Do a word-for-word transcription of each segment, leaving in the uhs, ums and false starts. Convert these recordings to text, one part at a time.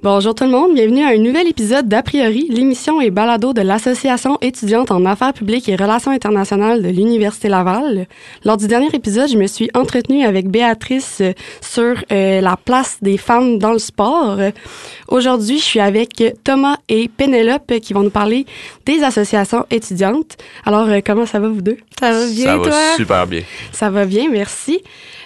Bonjour tout le monde, bienvenue à un nouvel épisode d'A priori, l'émission et balado de l'Association étudiante en affaires publiques et relations internationales de l'Université Laval. Lors du dernier épisode, je me suis entretenue avec Béatrice sur euh, la place des femmes dans le sport. Aujourd'hui, je suis avec Thomas et Pénélope qui vont nous parler des associations étudiantes. Alors, euh, comment ça va vous deux? Ça va bien, ça toi? Ça va super bien. Ça va bien, merci.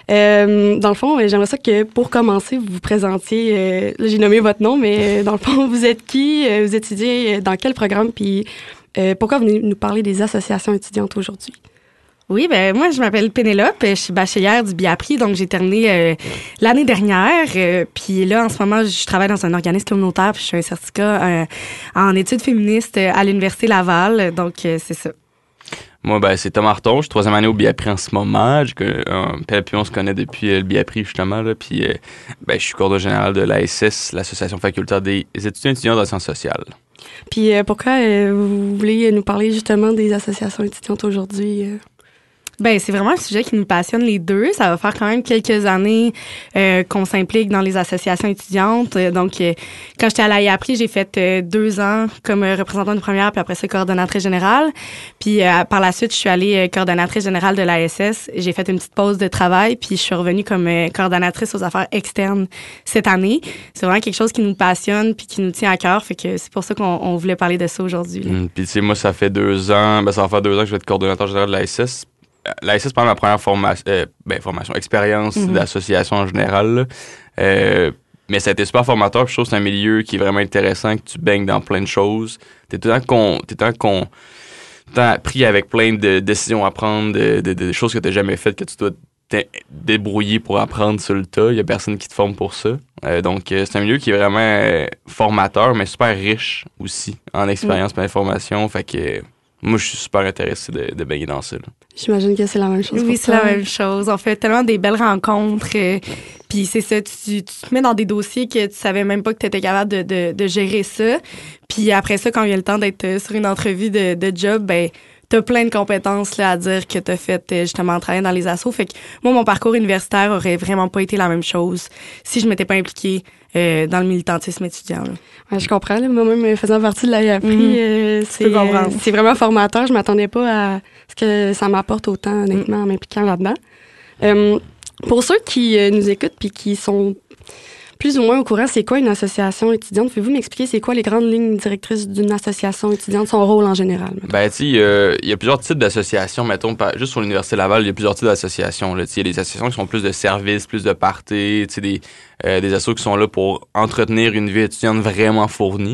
Euh, dans le fond, j'aimerais ça que pour commencer, vous vous présentiez. Euh, là, j'ai nommé votre nom, mais dans le fond, vous êtes qui? Vous étudiez dans quel programme? Puis euh, pourquoi vous venez nous parler des associations étudiantes aujourd'hui? Oui, ben moi, je m'appelle Pénélope. Je suis bachelière du BIAPRI, donc j'ai terminé euh, l'année dernière. Euh, puis là, en ce moment, je travaille dans un organisme communautaire, puis je suis un certificat euh, en études féministes à l'Université Laval. Donc, euh, c'est ça. Moi, ben, c'est Thomas Arton. Je suis troisième année au BIAPRI en ce moment. Je, euh, puis on se connaît depuis euh, le BIAPRI, justement. Là, puis euh, ben, je suis coordonnateur général de l'A S S, l'Association facultaire des étudiants et étudiantes en sciences sociales. Puis euh, pourquoi euh, vous voulez nous parler justement des associations étudiantes aujourd'hui? Euh? Ben c'est vraiment un sujet qui nous passionne les deux. Ça va faire quand même quelques années euh, qu'on s'implique dans les associations étudiantes. Donc, euh, quand j'étais à l'A I A P R I, j'ai fait euh, deux ans comme euh, représentante de première, puis après ça, coordonnatrice générale. Puis euh, par la suite, je suis allée euh, coordonnatrice générale de l'A S S. J'ai fait une petite pause de travail, puis je suis revenue comme euh, coordonnatrice aux affaires externes cette année. C'est vraiment quelque chose qui nous passionne puis qui nous tient à cœur. Fait que c'est pour ça qu'on on voulait parler de ça aujourd'hui. Mmh, puis tu sais, moi, ça fait deux ans, ben ça va faire deux ans que je vais être coordonnateur général de l'A S S. L'A S S, pendant ma première formation, euh, ben, formation, expérience mm-hmm. d'association en général. Euh, mais ça a été super formateur. Puis je trouve que c'est un milieu qui est vraiment intéressant, que tu baignes dans plein de choses. T'es tout le temps qu'on, t'es tout le temps qu'on, tout le temps pris avec plein de décisions à prendre, de, de, de choses que t'as jamais faites, que tu dois te débrouiller pour apprendre sur le tas. Il y a personne qui te forme pour ça. Euh, donc, euh, c'est un milieu qui est vraiment euh, formateur, mais super riche aussi en expérience et mm. en information. Fait que euh, moi, je suis super intéressé de, de baigner dans ça. Là. J'imagine que c'est la même chose. Oui, c'est la même chose. On fait tellement des belles rencontres. Euh, puis c'est ça, tu, tu te mets dans des dossiers que tu savais même pas que tu étais capable de, de, de gérer ça. Puis après ça, quand il y a le temps d'être sur une entrevue de, de job, ben t'as plein de compétences là, à dire que t'as fait justement travailler dans les assos. Fait que moi, mon parcours universitaire aurait vraiment pas été la même chose si je m'étais pas impliquée euh, dans le militantisme étudiant. Ouais, je comprends. Là. Moi-même, faisant partie de l'A I A P R I, mmh. euh, c'est, euh, c'est vraiment formateur. Je m'attendais pas à ce que ça m'apporte autant, honnêtement, mmh. en m'impliquant là-dedans. Euh, pour ceux qui euh, nous écoutent puis qui sont plus ou moins au courant, c'est quoi une association étudiante? Pouvez-vous m'expliquer c'est quoi les grandes lignes directrices d'une association étudiante, son rôle en général? Mettons? Ben, tu sais, il euh, y a plusieurs types d'associations. Mettons, juste sur l'Université Laval, il y a plusieurs types d'associations. Il y a des associations qui sont plus de services, plus de parties, tu sais, des, euh, des assos qui sont là pour entretenir une vie étudiante vraiment fournie.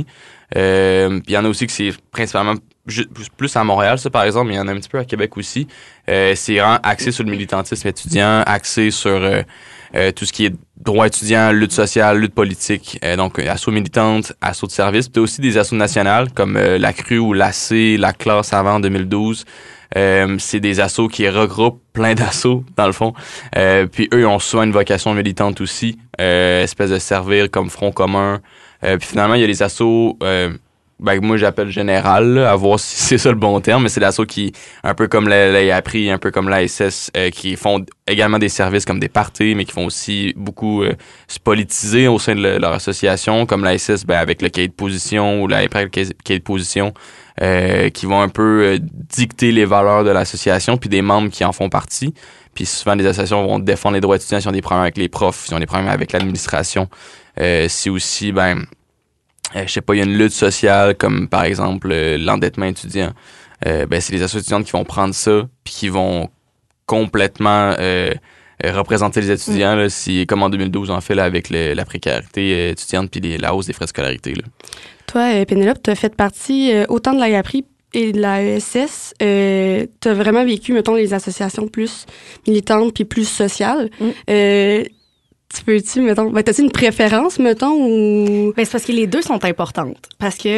Euh, il y en a aussi que c'est principalement plus à Montréal, ça, par exemple, mais il y en a un petit peu à Québec aussi. Euh, c'est vraiment axé sur le militantisme étudiant, axé sur euh, euh, tout ce qui est droit étudiant, lutte sociale, lutte politique. Euh, donc, assos militantes, assos de service. Puis t'as aussi des assos nationales comme euh, la C R U ou l'A C, la classe avant en deux mille douze. Euh, c'est des assos qui regroupent plein d'assos, dans le fond. Euh, puis eux, ils ont souvent une vocation militante aussi, euh, espèce de servir comme front commun. Euh, puis finalement, il y a les assos... Euh, ben moi j'appelle général là, à voir si c'est ça le bon terme, mais c'est l'assaut qui un peu comme l'A I A P R I, un peu comme l'A S S euh, qui font également des services comme des parties, mais qui font aussi beaucoup euh, se politiser au sein de le, leur association, comme l'A S S ben avec le cahier de position ou l'A I A P R I avec le cahier de position euh, qui vont un peu euh, dicter les valeurs de l'association, puis des membres qui en font partie. Puis souvent les associations vont défendre les droits étudiants si on a des problèmes avec les profs, si on a des problèmes avec l'administration. Euh, si aussi ben Euh, je sais pas, il y a une lutte sociale comme par exemple euh, l'endettement étudiant. Euh, ben c'est les associations étudiantes qui vont prendre ça puis qui vont complètement euh, représenter les étudiants mmh. là, si comme en deux mille douze en fait là avec le, la précarité étudiante puis les, la hausse des frais de scolarité là. Toi euh, Pénélope, tu as fait partie euh, autant de l'A I A P R I et de l'A E S S. Euh, tu as vraiment vécu mettons les associations plus militantes puis plus sociales. Mmh. Euh, Tu peux-tu, mettons, ben, t'as-tu une préférence, mettons, ou... Ben, c'est parce que les deux sont importantes. Parce que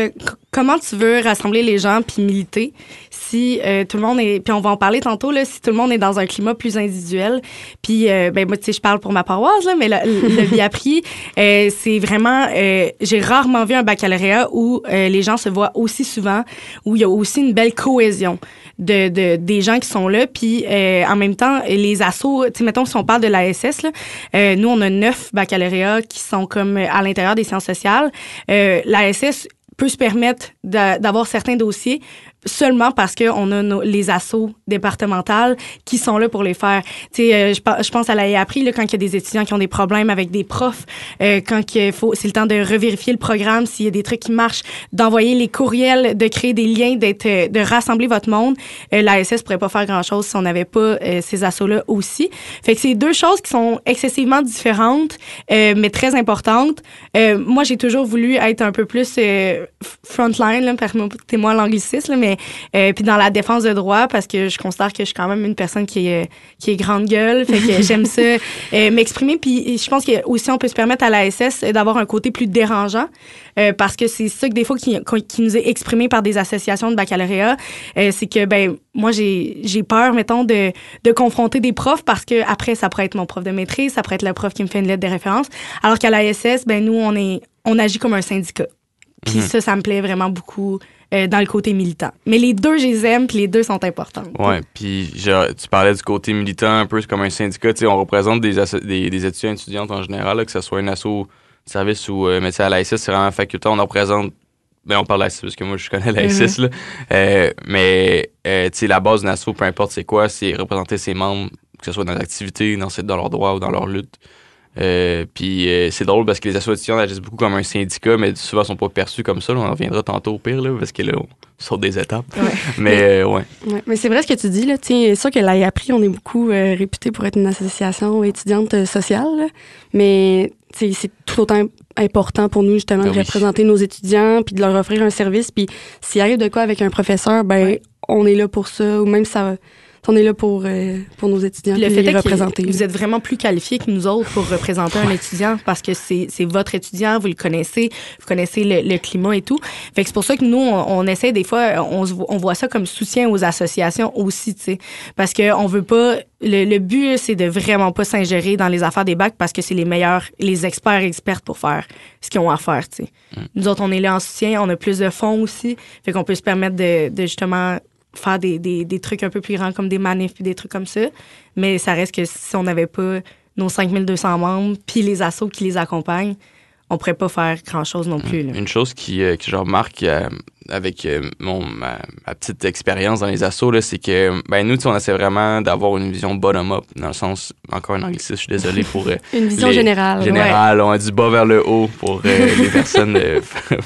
comment tu veux rassembler les gens puis militer si euh, tout le monde est, puis on va en parler tantôt, là, si tout le monde est dans un climat plus individuel. Puis, euh, ben moi, tu sais, je parle pour ma paroisse, là, mais le, le Viapri, euh, c'est vraiment, euh, j'ai rarement vu un baccalauréat où euh, les gens se voient aussi souvent, où il y a aussi une belle cohésion de, de des gens qui sont là. Puis, euh, en même temps, les assos, tu sais, mettons, si on parle de l'A S S, là, euh, nous, on a neuf baccalauréats qui sont comme à l'intérieur des sciences sociales. Euh, L'A S S peut se permettre d'avoir certains dossiers seulement parce qu'on a nos, les assos départementales qui sont là pour les faire. Tu sais, euh, je, je pense à l'A I A P R I, là, quand il y a des étudiants qui ont des problèmes avec des profs, euh, quand il faut, c'est le temps de revérifier le programme, s'il y a des trucs qui marchent, d'envoyer les courriels, de créer des liens, d'être, de rassembler votre monde. Euh, L'A S S pourrait pas faire grand-chose si on n'avait pas euh, ces assos-là aussi. Fait que c'est deux choses qui sont excessivement différentes, euh, mais très importantes. Euh, moi, j'ai toujours voulu être un peu plus euh, frontline, là, permettez-moi l'anglicisme, là, mais euh, puis dans la défense de droit, parce que je considère que je suis quand même une personne qui est qui est grande gueule, fait que j'aime ça euh, m'exprimer. Puis je pense que aussi on peut se permettre à l'A S S d'avoir un côté plus dérangeant, euh, parce que c'est ça que des fois qui, qui nous est exprimé par des associations de baccalauréat, euh, c'est que ben moi j'ai j'ai peur, mettons, de de confronter des profs parce que après ça pourrait être mon prof de maîtrise, ça pourrait être le prof qui me fait une lettre de référence, alors qu'à l'A S S, ben nous on est on agit comme un syndicat. Puis mm-hmm. ça, ça me plaît vraiment beaucoup. Euh, dans le côté militant. Mais les deux, je les aime, puis les deux sont importants. Ouais, puis tu parlais du côté militant un peu comme un syndicat. Tu sais, on représente des, asso- des, des étudiants et étudiantes en général, là, que ce soit un asso de service ou euh, mais tu sais, à l'A S S, c'est vraiment facultatif. On en représente. Ben, on parle de l'A S S parce que moi, je connais l'A S S, mm-hmm. là. Euh, mais, euh, tu sais, la base d'un asso, peu importe c'est quoi, c'est représenter ses membres, que ce soit dans l'activité, dans, dans leurs droits ou dans leur lutte. Euh, puis euh, c'est drôle parce que les associations agissent beaucoup comme un syndicat, mais souvent sont pas perçus comme ça. Là, on en reviendra tantôt au pire, là, parce que là, on saute des étapes. Ouais. Mais euh, ouais. ouais. Mais c'est vrai ce que tu dis, là. C'est sûr que l'A I A P R I, on est beaucoup euh, réputé pour être une association étudiante euh, sociale, là. Mais c'est tout autant important pour nous, justement, ben de oui. représenter nos étudiants, puis de leur offrir un service. Puis s'il arrive de quoi avec un professeur, ben ouais. on est là pour ça, ou même ça on est là pour, euh, pour nos étudiants et les représenter. Vous êtes vraiment plus qualifiés que nous autres pour représenter un étudiant parce que c'est votre étudiant, vous le connaissez, vous connaissez le, le climat et tout. Fait que c'est pour ça que nous, on, on essaie des fois, on, on voit ça comme soutien aux associations aussi, tu sais, parce qu'on veut pas... Le, le but, c'est de vraiment pas s'ingérer dans les affaires des bacs parce que c'est les meilleurs, les experts et expertes pour faire ce qu'ils ont à faire, tu sais. Mm. Nous autres, on est là en soutien, on a plus de fonds aussi, fait qu'on peut se permettre de, de justement... faire des, des, des trucs un peu plus grands comme des manifs et des trucs comme ça. Mais ça reste que si on n'avait pas nos cinq mille deux cents membres puis les assos qui les accompagnent, on pourrait pas faire grand-chose non plus. Là. Une chose qui, euh, que je remarque euh, avec euh, mon, ma, ma petite expérience dans les assos, c'est que ben, nous, on essaie vraiment d'avoir une vision bottom-up, dans le sens, encore un anglicisme, je suis désolé pour... Euh, une vision les, générale. Générale, ouais. On a du bas vers le haut pour euh, les personnes euh,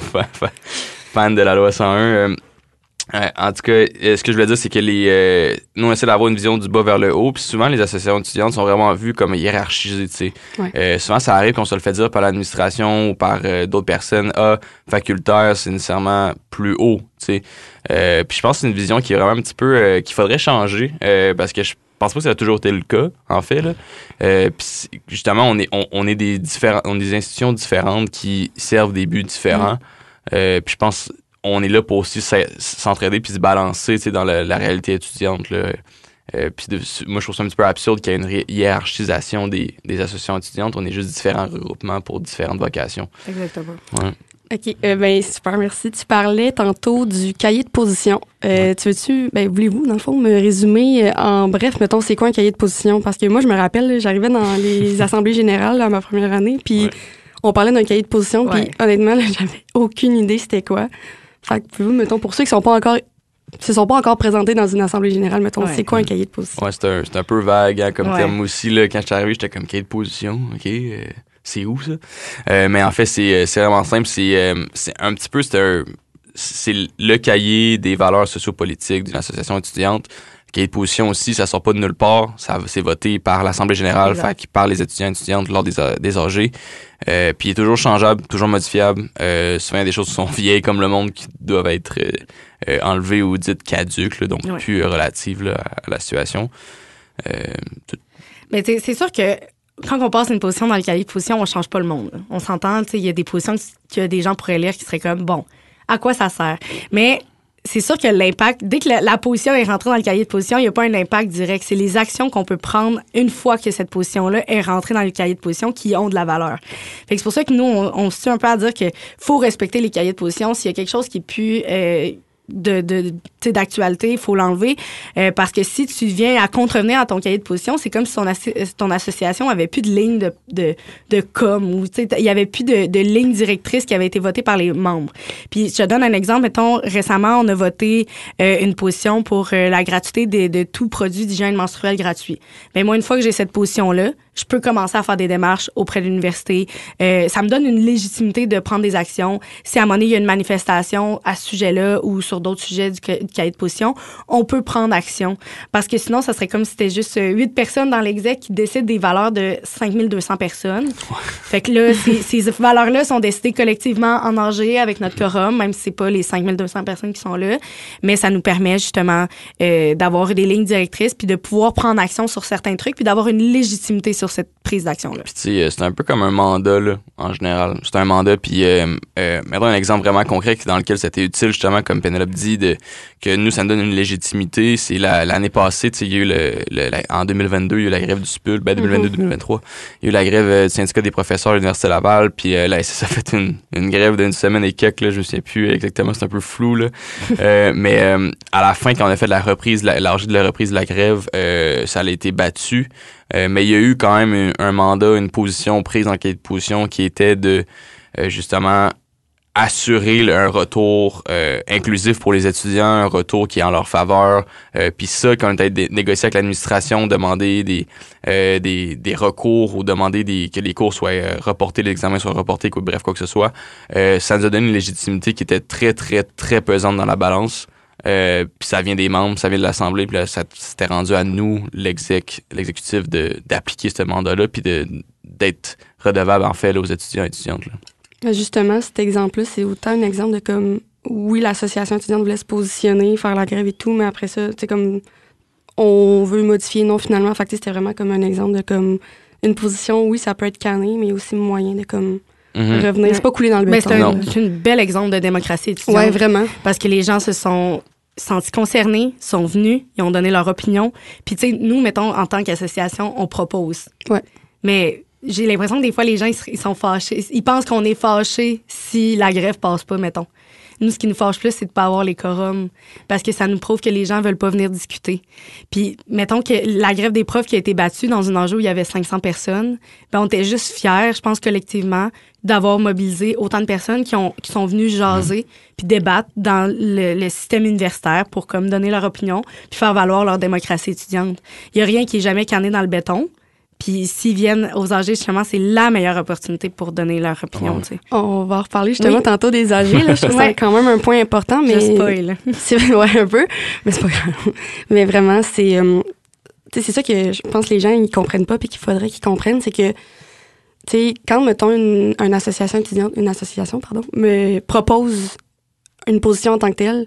fans de la loi cent un. Euh, Euh, en tout cas, euh, ce que je voulais dire, c'est que les euh, nous, on essaie d'avoir une vision du bas vers le haut, puis souvent, les associations étudiantes sont vraiment vues comme hiérarchisées, tu sais. Ouais. Euh, souvent, ça arrive qu'on se le fait dire par l'administration ou par euh, d'autres personnes. Ah, facultaire, c'est nécessairement plus haut, tu sais. Euh, puis je pense que c'est une vision qui est vraiment un petit peu... Euh, qu'il faudrait changer, euh, parce que je pense pas que ça a toujours été le cas, en fait, là. Euh, puis justement, on est, on, on est des différents, on est des institutions différentes qui servent des buts différents. Mmh. Euh, puis je pense... on est là pour aussi s'entraider puis se balancer, tu sais, dans la, la réalité étudiante, là. Euh, puis de, moi, je trouve ça un petit peu absurde qu'il y ait une hiérarchisation des, des associations étudiantes. On est juste différents regroupements pour différentes vocations. Exactement. Ouais. OK. Euh, ben super, merci. Tu parlais tantôt du cahier de position. Euh, ouais. Tu veux-tu, ben voulez-vous, dans le fond, me résumer en bref, mettons, c'est quoi un cahier de position? Parce que moi, je me rappelle, j'arrivais dans les assemblées générales là, à ma première année, puis ouais. on parlait d'un cahier de position, puis ouais. honnêtement, là, j'avais aucune idée c'était quoi. Fait que, pouvez-vous, mettons, pour ceux qui sont pas encore, se sont pas encore présentés dans une assemblée générale, mettons, ouais. c'est quoi un cahier de position? Ouais, c'est un, c'est un peu vague, hein, comme ouais. terme aussi, là. Quand je suis arrivé, j'étais comme cahier de position, OK, euh, c'est où, ça? Euh, mais en fait, c'est, c'est vraiment simple, c'est, euh, c'est un petit peu, c'est un, c'est le cahier des valeurs sociopolitiques d'une association étudiante. Le cahier de position aussi, ça sort pas de nulle part, ça, c'est voté par l'Assemblée générale, exact. Fait par les étudiants et étudiantes lors des, des A G. Euh, puis il est toujours changeable, toujours modifiable. Euh, souvent, il y a des choses qui sont vieilles comme le monde qui doivent être euh, euh, enlevées ou dites caduques, là, donc ouais. plus euh, relatives là, à la situation. Euh, tout... Mais c'est sûr que quand on passe une position dans le cahier de position, on change pas le monde. Là. On s'entend, il y a des positions qu'il y a des gens pourraient lire qui seraient comme, bon, à quoi ça sert. Mais c'est sûr que l'impact, dès que la, la position est rentrée dans le cahier de position, il n'y a pas un impact direct. C'est les actions qu'on peut prendre une fois que cette position-là est rentrée dans le cahier de position qui ont de la valeur. Fait que c'est pour ça que nous, on, on se tue un peu à dire qu'il faut respecter les cahiers de position. S'il y a quelque chose qui est plus... Euh, de, de, d'actualité, il faut l'enlever. Euh, parce que si tu viens à contrevenir à ton cahier de position, c'est comme si ton, as- ton association avait plus de ligne de, de, de com ou il y avait plus de, de ligne directrice qui avait été votée par les membres. Puis je te donne un exemple. Mettons, récemment, on a voté euh, une position pour euh, la gratuité de, de tout produit d'hygiène menstruelle gratuit. Mais moi, une fois que j'ai cette position-là, je peux commencer à faire des démarches auprès de l'université. Euh, ça me donne une légitimité de prendre des actions. Si à un moment donné, il y a une manifestation à ce sujet-là ou sur d'autres sujets du, ca- du cahier de position, on peut prendre action. Parce que sinon, ça serait comme si c'était juste huit personnes dans l'exec qui décident des valeurs de cinq mille deux cents personnes. Ouais. Fait que là, ces, ces valeurs-là sont décidées collectivement en A G avec notre quorum, même si c'est pas les cinq mille deux cents personnes qui sont là. Mais ça nous permet justement euh, d'avoir des lignes directrices puis de pouvoir prendre action sur certains trucs puis d'avoir une légitimité sur cette prise d'action-là. Puis tu sais, c'est un peu comme un mandat, là, en général. C'est un mandat, puis euh, euh, mettons un exemple vraiment concret dans lequel c'était utile, justement, comme Pénélope dit, de, que nous, ça nous donne une légitimité. C'est la, l'année passée, tu sais, il y a eu le, le, la, en deux mille vingt-deux, il y a eu la grève du S P U L, ben deux mille vingt-deux deux mille vingt-trois, il y a eu la grève euh, du syndicat des professeurs à l'Université Laval, puis euh, là, ça, ça fait une, une grève d'une semaine et quelques, là, je me souviens plus exactement, c'est un peu flou, là. euh, mais euh, à la fin, quand on a fait la reprise, la, l'argent de la reprise de la grève, euh, ça a été battu. Euh, mais il y a eu quand même un, un mandat, une position prise en cahier de position qui était de euh, justement assurer là, un retour euh, inclusif pour les étudiants, un retour qui est en leur faveur. Euh, Puis ça, quand on a été négocié avec l'administration, demander des euh, des, des recours ou demander des, que les cours soient euh, reportés, les examens soient reportés, quoi, bref, quoi que ce soit, euh, ça nous a donné une légitimité qui était très, très, très pesante dans la balance. Euh, puis ça vient des membres, ça vient de l'Assemblée, puis là, ça c'était rendu à nous, l'exec, l'exécutif, de, d'appliquer ce mandat-là, puis de, d'être redevable, en fait, là, aux étudiants et étudiantes. Là. Justement, cet exemple-là, c'est autant un exemple de comme, oui, l'association étudiante voulait se positionner, faire la grève et tout, mais après ça, tu sais, comme, on veut modifier, non, finalement. Fait que c'était vraiment comme un exemple de comme, une position, oui, ça peut être canné, mais il y a aussi moyen de comme, mm-hmm. revenir. Ouais. C'est pas coulé dans le béton. Mais c'est un, c'est un bel exemple de démocratie étudiante. Oui, vraiment. Parce que les gens se sont sentis concernés, sont venus, ils ont donné leur opinion. Puis, tu sais, nous, mettons, en tant qu'association, on propose. Ouais. Mais j'ai l'impression que des fois, les gens, ils sont fâchés. Ils pensent qu'on est fâchés si la grève passe pas, mettons. Nous, ce qui nous fâche plus, c'est de pas avoir les quorums parce que ça nous prouve que les gens veulent pas venir discuter. Puis, mettons que la grève des profs qui a été battue dans une enjeu où il y avait cinq cents personnes, ben on était juste fiers, je pense, collectivement, d'avoir mobilisé autant de personnes qui ont qui sont venues jaser puis débattre dans le, le système universitaire pour comme donner leur opinion puis faire valoir leur démocratie étudiante. Il y a rien qui est jamais canné dans le béton. Puis s'ils viennent aux A G, justement, c'est la meilleure opportunité pour donner leur opinion. Tu sais. On va reparler justement oui. tantôt des A G. Là. Je trouve ouais. ça quand même un point important. Mais je spoil. C'est, ouais, un peu, mais c'est pas grave. Mais vraiment, c'est, euh, tu sais, c'est ça que je pense que les gens ils comprennent pas puis qu'il faudrait qu'ils comprennent, c'est que, tu sais, quand, mettons, une, une association étudiante, une association, pardon, me propose une position en tant que telle,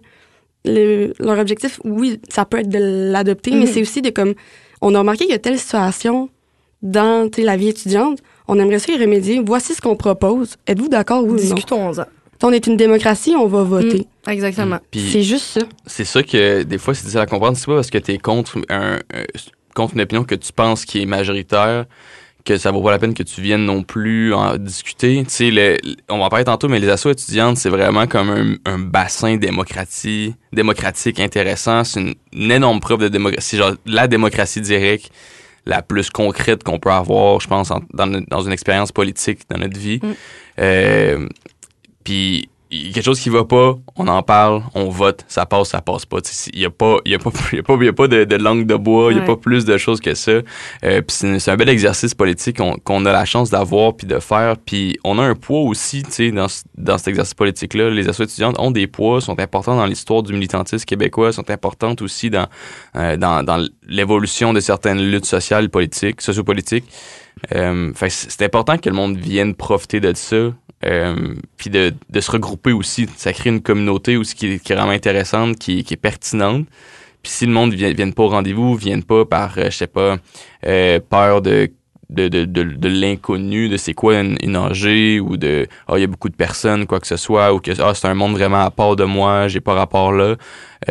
le, leur objectif, oui, ça peut être de l'adopter, mm-hmm. mais c'est aussi de comme, on a remarqué qu'il y a telle situation dans la vie étudiante, on aimerait ça y remédier. Voici ce qu'on propose. Êtes-vous d'accord ou non? Discutons-en. On est une démocratie, on va voter. Mmh, exactement. Puis, c'est juste ça. C'est ça que, des fois, c'est difficile à comprendre. C'est pas parce que tu es contre, un, un, contre une opinion que tu penses qui est majoritaire que ça vaut pas la peine que tu viennes non plus en discuter. Tu sais, le, on va en parler tantôt, mais les assos étudiantes, c'est vraiment comme un, un bassin démocratie, démocratique intéressant. C'est une, une énorme preuve de démocratie. C'est genre la démocratie directe la plus concrète qu'on peut avoir, je pense, en, dans, dans une expérience politique dans notre vie. Mm. Euh, puis, il y a quelque chose qui va pas, on en parle, on vote, ça passe, ça passe pas. Il y a pas, il y a pas, il y a pas, il y a pas de, de langue de bois, il ouais. y a pas plus de choses que ça. Euh, puis c'est, c'est un bel exercice politique qu'on, qu'on a la chance d'avoir puis de faire. Puis on a un poids aussi, tu sais, dans, dans cet exercice politique-là. Les assos étudiantes ont des poids, sont importants dans l'histoire du militantisme québécois, sont importantes aussi dans, euh, dans, dans l'évolution de certaines luttes sociales et politiques, sociopolitiques. Euh, fait c'est important que le monde vienne profiter de ça. Euh, puis de, de se regrouper aussi. Ça crée une communauté aussi qui est, qui est vraiment intéressante, qui, qui est pertinente. Puis si le monde ne vient, vient pas au rendez-vous, vienne pas par, euh, je sais pas, euh, peur de de, de, de, de l'inconnu, de c'est quoi une, une A G, ou de « Ah, oh, il y a beaucoup de personnes, quoi que ce soit », ou que « Ah, c'est un monde vraiment à part de moi, j'ai pas rapport là euh, ».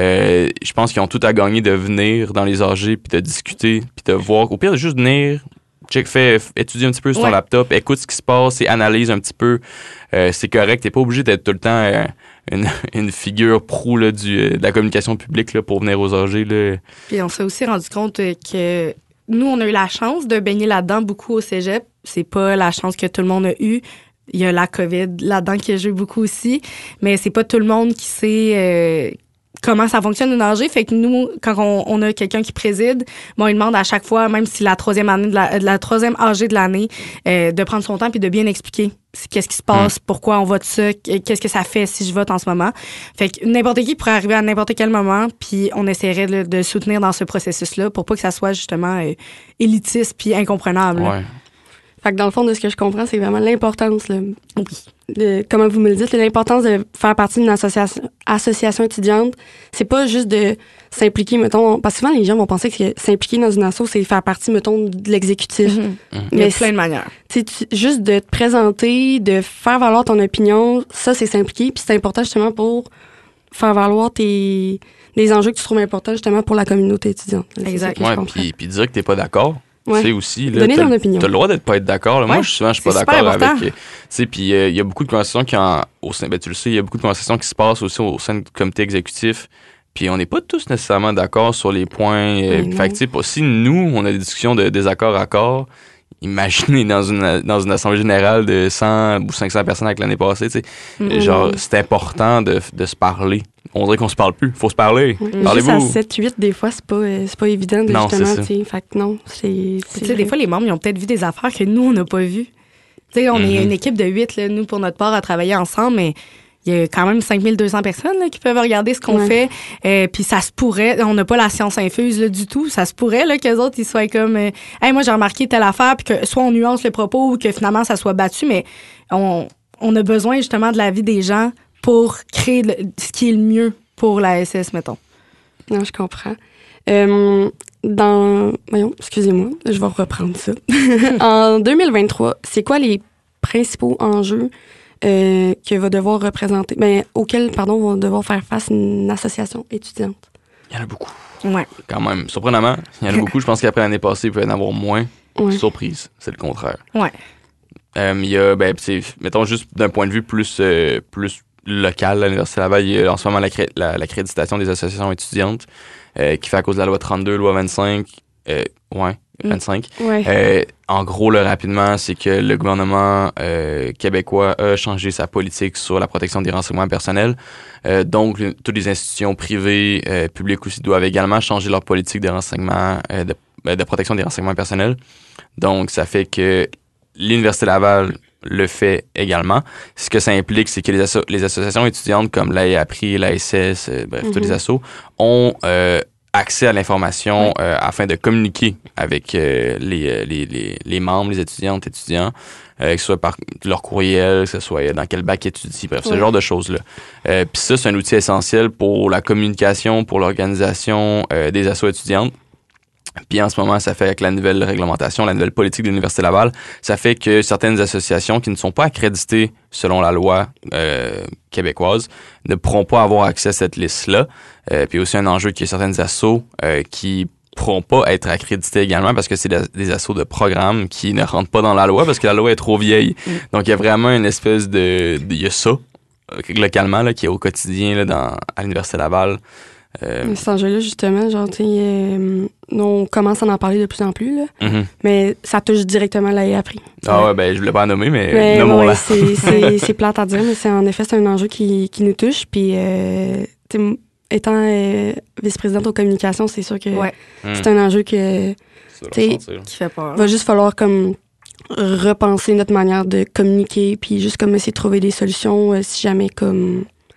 Je pense qu'ils ont tout à gagner de venir dans les A G, puis de discuter, puis de voir. Au pire, de juste venir, check, fais, étudie un petit peu sur ouais. ton laptop, écoute ce qui se passe et analyse un petit peu. Euh, c'est correct, t'es pas obligé d'être tout le temps euh, une, une figure pro là, du, euh, de la communication publique là, pour venir aux A G. Là. Puis on s'est aussi rendu compte que nous, on a eu la chance de baigner là-dedans beaucoup au cégep. C'est pas la chance que tout le monde a eue. Il y a la COVID là-dedans qui a joué beaucoup aussi, mais c'est pas tout le monde qui sait euh, comment ça fonctionne une A G. Fait que nous, quand on, on a quelqu'un qui préside, bon, il demande à chaque fois, même si la troisième année de la, de la troisième A G de l'année, euh, de prendre son temps puis de bien expliquer qu'est-ce qui se passe, mmh. pourquoi on vote ça, qu'est-ce que ça fait si je vote en ce moment. Fait que n'importe qui pourrait arriver à n'importe quel moment, puis on essaierait de, de soutenir dans ce processus-là pour pas que ça soit justement euh, élitiste puis incomprenable. Ouais. Fait que dans le fond, de ce que je comprends, c'est vraiment l'importance, là, oui. de, comment vous me le dites, l'importance de faire partie d'une association, association étudiante. C'est pas juste de s'impliquer, mettons, parce que souvent les gens vont penser que s'impliquer dans une asso, c'est faire partie, mettons, de l'exécutif. Mm-hmm. Mm-hmm. Mais il y a plein de manières. Tu, juste de te présenter, de faire valoir ton opinion, ça, c'est s'impliquer. Puis c'est important justement pour faire valoir tes, les enjeux que tu trouves importants justement pour la communauté étudiante. Exact. Ouais, puis, puis dire que t'es pas d'accord. Ouais. Tu sais aussi, là, donner t'as, ton opinion. T'as le droit d'être pas être d'accord. Là. Ouais, Moi, je, souvent, je suis pas d'accord important. avec. Tu sais, puis il euh, y a beaucoup de conversations qui en, au sein, ben tu le sais, il y a beaucoup de conversations qui se passent aussi au sein du comité exécutif. Puis on n'est pas tous nécessairement d'accord sur les points. Euh, mmh. Fait que tu sais, si nous, on a des discussions de désaccord accord, imaginez dans une dans une assemblée générale de cent ou cinq cents personnes avec l'année passée, tu sais, mmh. genre c'est important de de se parler. On dirait qu'on se parle plus. Faut se parler. Oui. Parlez-vous. Juste à sept huit, des fois, c'est pas, c'est pas évident de non, justement, tu sais. Fait que non, c'est... Tu sais, des fois, les membres, ils ont peut-être vu des affaires que nous, on n'a pas vues. Tu sais, on mm-hmm. est une équipe de huit, là, nous, pour notre part, à travailler ensemble, mais il y a quand même cinq mille deux cents personnes là, qui peuvent regarder ce qu'on ouais. fait. Euh, puis ça se pourrait, on n'a pas la science infuse là, du tout, ça se pourrait là, qu'eux autres, ils soient comme euh, « Hey, moi, j'ai remarqué telle affaire », puis que soit on nuance le propos ou que finalement, ça soit battu, mais on, on a besoin justement de l'avis des gens pour créer le, ce qui est le mieux pour la S S, mettons. Non, je comprends. Euh, dans... Voyons, excusez-moi, je vais reprendre ça. En deux mille vingt-trois, c'est quoi les principaux enjeux euh, que va devoir représenter... Ben, auxquels, pardon, va devoir faire face une association étudiante? Il y en a beaucoup. Ouais. Quand même. Surprenamment, il y en a beaucoup. Je pense qu'après l'année passée, il peut y en avoir moins. Ouais. Surprise, c'est le contraire. Ouais. Euh, il y a, ben, c'est, mettons, juste d'un point de vue plus... Euh, plus local à l'Université Laval, il y a en ce moment l'accré- la, l'accréditation des associations étudiantes euh, qui fait à cause de la loi trente-deux, loi vingt-cinq. Euh, ouais, vingt-cinq. Ouais. Euh, en gros, là, rapidement, c'est que le gouvernement euh, québécois a changé sa politique sur la protection des renseignements personnels. Euh, donc, le, toutes les institutions privées, euh, publiques aussi, doivent également changer leur politique de renseignement, euh, de, de protection des renseignements personnels. Donc, ça fait que l'Université Laval le fait également. Ce que ça implique, c'est que les, asso- les associations étudiantes comme l'A E A P R I, l'A S S, euh, bref, mm-hmm. tous les assos, ont euh, accès à l'information oui. euh, afin de communiquer avec euh, les, les, les, les membres, les étudiantes, étudiants, euh, que ce soit par leur courriel, que ce soit dans quel bac étudient, bref, oui. ce genre de choses-là. Euh, Puis ça, c'est un outil essentiel pour la communication, pour l'organisation euh, des assos étudiantes. Puis en ce moment, ça fait avec la nouvelle réglementation, la nouvelle politique de l'Université Laval, ça fait que certaines associations qui ne sont pas accréditées selon la loi euh, québécoise ne pourront pas avoir accès à cette liste-là. Euh, puis aussi un enjeu qu'il y a certaines assos euh, qui pourront pas être accréditées également parce que c'est des assos de programmes qui ne rentrent pas dans la loi parce que la loi est trop vieille. Mm. Donc il y a vraiment une espèce de... Il y a ça, localement, là, qui est au quotidien là, dans, à l'Université Laval. Euh... Cet enjeu-là, justement, genre, tu sais, euh, on commence à en parler de plus en plus, là, mm-hmm. mais ça touche directement l'A E A P R I. Ah ouais, ben, je voulais pas en nommer, mais, mais nommons-la. Ouais, c'est, c'est, c'est plate à dire, mais c'est, en effet, c'est un enjeu qui, qui nous touche, puis, euh, tu sais, étant euh, vice-présidente aux communications, c'est sûr que ouais. c'est un enjeu que, tu sais, qui fait peur. Va juste falloir, comme, repenser notre manière de communiquer, puis juste, comme, essayer de trouver des solutions, euh, si jamais, comme...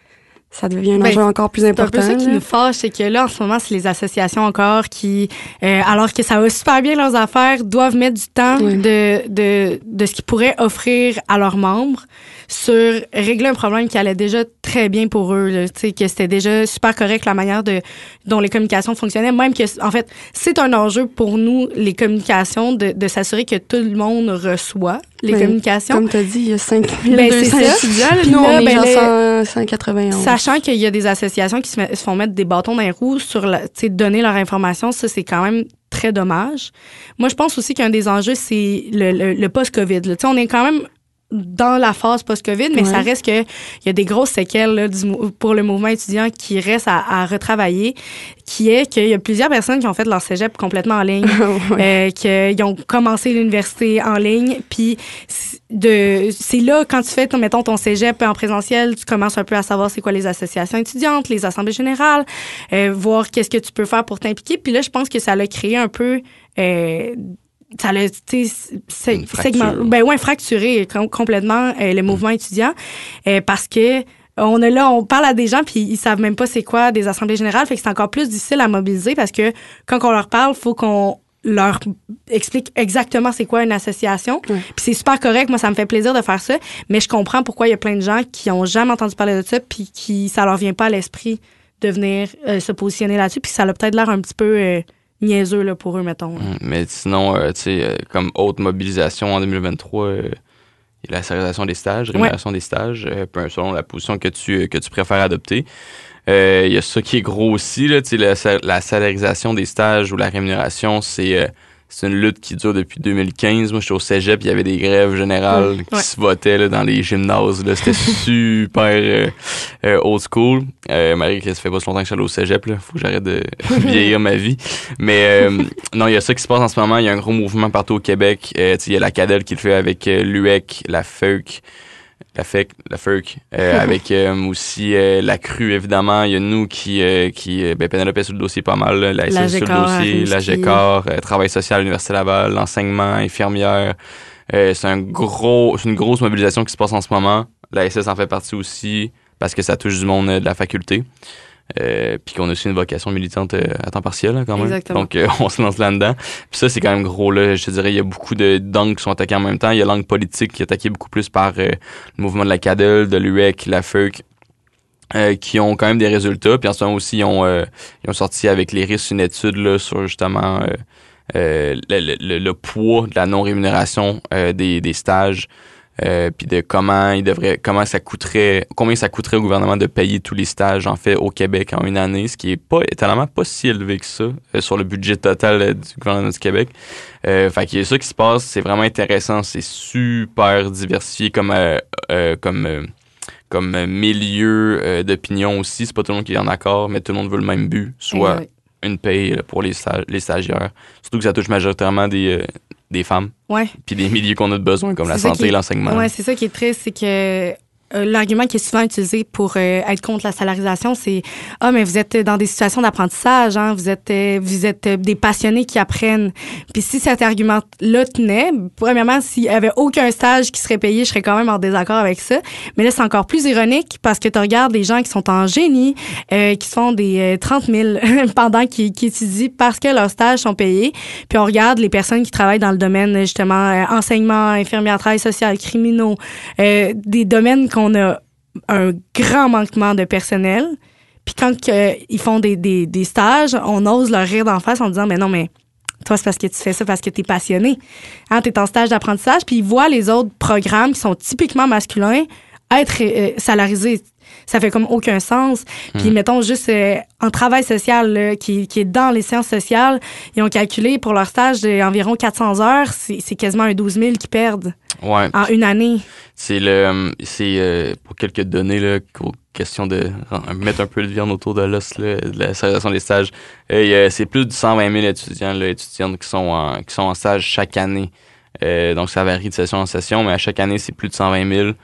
ça devient un ben, enjeu encore plus important. C'est un peu ça qui là. nous fâche, c'est que là, en ce moment, c'est les associations encore qui, euh, alors que ça va super bien leurs affaires, doivent mettre du temps Oui. de, de, de ce qu'ils pourraient offrir à leurs membres sur régler un problème qui allait déjà très bien pour eux, là, tu sais, que c'était déjà super correct la manière de, dont les communications fonctionnaient, même que, en fait, c'est un enjeu pour nous, les communications, de, de s'assurer que tout le monde reçoit les Oui. communications. Comme tu as dit, il y a cinq mille Ben, deux cents c'est ça. étudiants. Là, Puis nous, là, on est ben, genre le- cent, cent quatre-vingt-onze. Sachant qu'il y a des associations qui se, met- se font mettre des bâtons dans les roues sur la, tu sais, donner leur information, ça, c'est quand même très dommage. Moi, je pense aussi qu'un des enjeux, c'est le, le, le post-COVID. Là. Tu sais, on est quand même dans la phase post-COVID, mais Ouais. ça reste que il y a des grosses séquelles là, du, mou- pour le mouvement étudiant qui reste à, à retravailler, qui est qu'il y a plusieurs personnes qui ont fait leur cégep complètement en ligne, Ouais. euh, qu'ils ont commencé l'université en ligne, puis c- de c'est là quand tu fais, mettons, ton cégep en présentiel, tu commences un peu à savoir c'est quoi les associations étudiantes, les assemblées générales, euh, voir qu'est-ce que tu peux faire pour t'impliquer, puis là, je pense que ça l'a créé un peu... Euh, ça l'a, tu sais, c'est- Une fracture. segment, ben ouais, fracturé com- complètement euh, le mouvement étudiant euh, parce que on est là, on parle à des gens puis ils savent même pas c'est quoi des assemblées générales, fait que c'est encore plus difficile à mobiliser parce que quand on leur parle, faut qu'on leur explique exactement c'est quoi une association. Ouais. Puis c'est super correct, moi ça me fait plaisir de faire ça, mais je comprends pourquoi il y a plein de gens qui ont jamais entendu parler de ça puis qui ça leur vient pas à l'esprit de venir euh, se positionner là-dessus, puis ça a peut-être l'air un petit peu euh, niaiseux là, pour eux, mettons. là. Hum, Mais sinon, euh, tu sais, euh, comme haute mobilisation en deux mille vingt-trois, euh, il y a la salarisation des stages, rémunération des stages, euh, peu- selon la position que tu, euh, que tu préfères adopter. Euh, Il y a ça qui est gros aussi, là, tu sais, la, sa- la salarisation des stages ou la rémunération, c'est euh, c'est une lutte qui dure depuis deux mille quinze. Moi, j'étais au cégep, il y avait des grèves générales Ouais. qui Ouais. se votaient là, dans les gymnases. Là. C'était super euh, euh, old school. Euh, Marie, ça fait pas si longtemps que je suis allé au cégep. Là. Faut que j'arrête de vieillir ma vie. Mais euh, non, il y a ça qui se passe en ce moment. Il y a un gros mouvement partout au Québec. Euh, tu sais, il y a la Cadel qui le fait avec euh, l'U E C, la F E C, la F E C, la F E C, euh, avec euh, aussi euh, la Crue, évidemment. Il y a nous qui, euh, qui euh, ben, Pénélope est sur le dossier pas mal. Là. La S S est sur le G E C A R, dossier, la Rimouski. G E C A R, euh, Travail social à l'Université Laval, l'enseignement, infirmière. Euh, c'est un gros, c'est une grosse mobilisation qui se passe en ce moment. La S S en fait partie aussi parce que ça touche du monde euh, de la faculté. Euh, puis qu'on a aussi une vocation militante euh, à temps partiel là, quand même. Exactement. Donc euh, on se lance là-dedans. Puis ça c'est quand même gros là, je te dirais il y a beaucoup de d'angles qui sont attaqués en même temps, il y a l'angle politique qui est attaqué beaucoup plus par euh, le mouvement de la Cadel, de l'U E C, la F E C. Euh, qui ont quand même des résultats. Puis en ce moment aussi, ils ont, euh, ils ont sorti avec les risques une étude là, sur justement euh, euh, le, le, le poids de la non-rémunération euh, des, des stages. Euh, puis de comment il devrait, comment ça coûterait, combien ça coûterait au gouvernement de payer tous les stages en fait au Québec en une année, ce qui est pas étonnamment pas si élevé que ça euh, sur le budget total euh, du gouvernement du Québec. Euh, fait qu'il y a ça qui se passe, c'est vraiment intéressant, c'est super diversifié comme euh, euh, comme euh, comme milieu euh, d'opinion aussi. C'est pas tout le monde qui est en accord, mais tout le monde veut le même but, soit Exact. une paye là, pour les, sta- les stagiaires. Surtout que ça touche majoritairement des euh, des femmes. Ouais. Puis des milieux qu'on a de besoin, comme la C'est ça santé qui et est- l'enseignement. Ouais, c'est ça qui est triste, c'est que euh, l'argument qui est souvent utilisé pour euh, être contre la salarisation, c'est ah mais vous êtes dans des situations d'apprentissage, hein, vous êtes euh, vous êtes euh, des passionnés qui apprennent. Puis si cet argument-là tenait, premièrement, s'il y avait aucun stage qui serait payé, je serais quand même en désaccord avec ça. Mais là, c'est encore plus ironique parce que tu regardes des gens qui sont en génie, euh, qui se font des euh, trente mille pendant qu'ils qu'ils étudient parce que leurs stages sont payés. Puis on regarde les personnes qui travaillent dans le domaine justement euh, enseignement, infirmière, travail social, criminaux, euh, des domaines qu'on a un grand manquement de personnel. Puis quand euh, ils font des, des, des stages, on ose leur rire d'en face en disant, mais non, mais toi, c'est parce que tu fais ça parce que tu es passionné. Hein, tu es en stage d'apprentissage, puis ils voient les autres programmes qui sont typiquement masculins être euh, salarisés. Ça fait comme aucun sens. Puis, Mm. mettons, juste euh, en travail social, là, qui, qui est dans les sciences sociales, ils ont calculé pour leur stage d'environ quatre cents heures, c'est, c'est quasiment un douze mille qu'ils perdent Ouais. en une année. C'est le, c'est euh, pour quelques données là, qu- question de ren- mettre un peu de viande autour de l'os là, de la sélection des stages. Euh, il y a- c'est plus de cent vingt mille étudiants, là, étudiantes qui sont en qui sont en stage chaque année. Euh, donc ça varie de session en session, mais à chaque année c'est plus de cent vingt mille.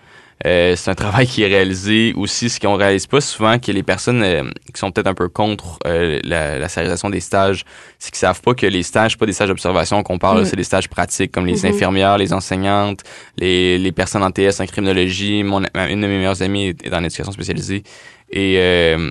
Euh, c'est un travail qui est réalisé aussi. Ce qu'on réalise pas souvent, que les personnes euh, qui sont peut-être un peu contre euh, la, la salarisation des stages, c'est qu'ils savent pas que les stages, c'est pas des stages d'observation qu'on parle, mm. c'est des stages pratiques comme les mm-hmm. infirmières, les enseignantes, les, les personnes en T S, en criminologie. Mon, une de mes meilleures amies est en éducation spécialisée et euh,